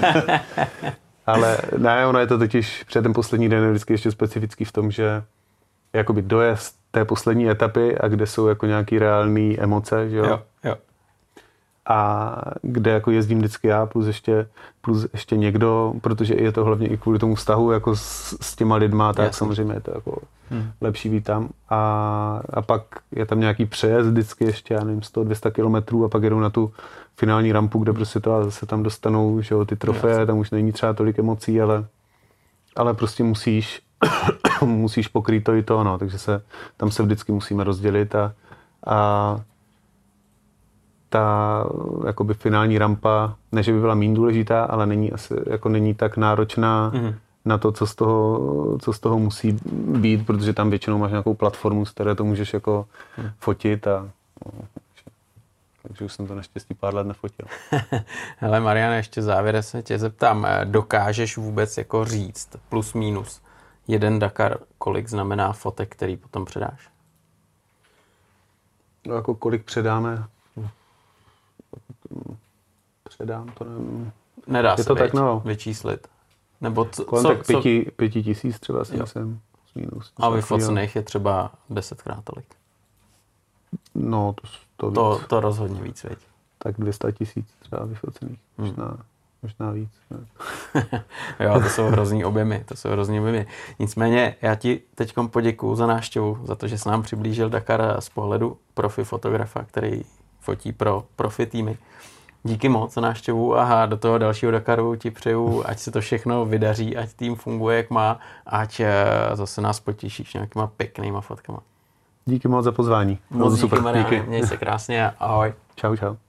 Ale ne, ono je to totiž před ten poslední den je vždycky ještě specifický v tom, že jakoby dojezd té poslední etapy a kde jsou jako nějaký reální emoce, že jo? Jo. A kde jako jezdím vždycky já plus ještě někdo, protože je to hlavně i kvůli tomu vztahu jako s těma lidma, tak samozřejmě je to jako lepší být tam. A pak je tam nějaký přejezd vždycky ještě, já nevím, 100-200 kilometrů a pak jedou na tu finální rampu, kde prostě to a zase tam dostanou, že jo, ty trofeje, tam už není třeba tolik emocí, ale prostě musíš pokrýt to i to, no, takže tam se vždycky musíme rozdělit a ta jakoby finální rampa, ne že by byla méně důležitá, ale není tak náročná na to, co z toho musí být, protože tam většinou máš nějakou platformu, z které to můžeš jako fotit takže už jsem to naštěstí pár let nefotil. Hele Mariane, ještě závěrem se tě zeptám, dokážeš vůbec jako říct plus minus jeden Dakar, kolik znamená fotek, který potom předáš? No, jako kolik předám, to nevím. Nedá se vyčíslit. Nebo kolem tak 5 000 třeba si myslím. Minus. A vyfocených je třeba 10krát tolik. No, to rozhodně víc, veď. Tak 200 000 třeba vyfocených. Možná víc. Jo, to jsou hrozný objemy. Nicméně já ti teďkom poděkuju za návštěvu, za to, že jsi nám přiblížil Dakar z pohledu profi fotografa, který fotí pro profi týmy. Díky moc za návštěvu a do toho dalšího Dakaru ti přeju, ať se to všechno vydaří, ať tým funguje, jak má, ať zase nás potěšíš nějakýma pěknýma fotkama. Díky moc za pozvání. Moc díky, Mariane, měj se krásně a ahoj. Čau.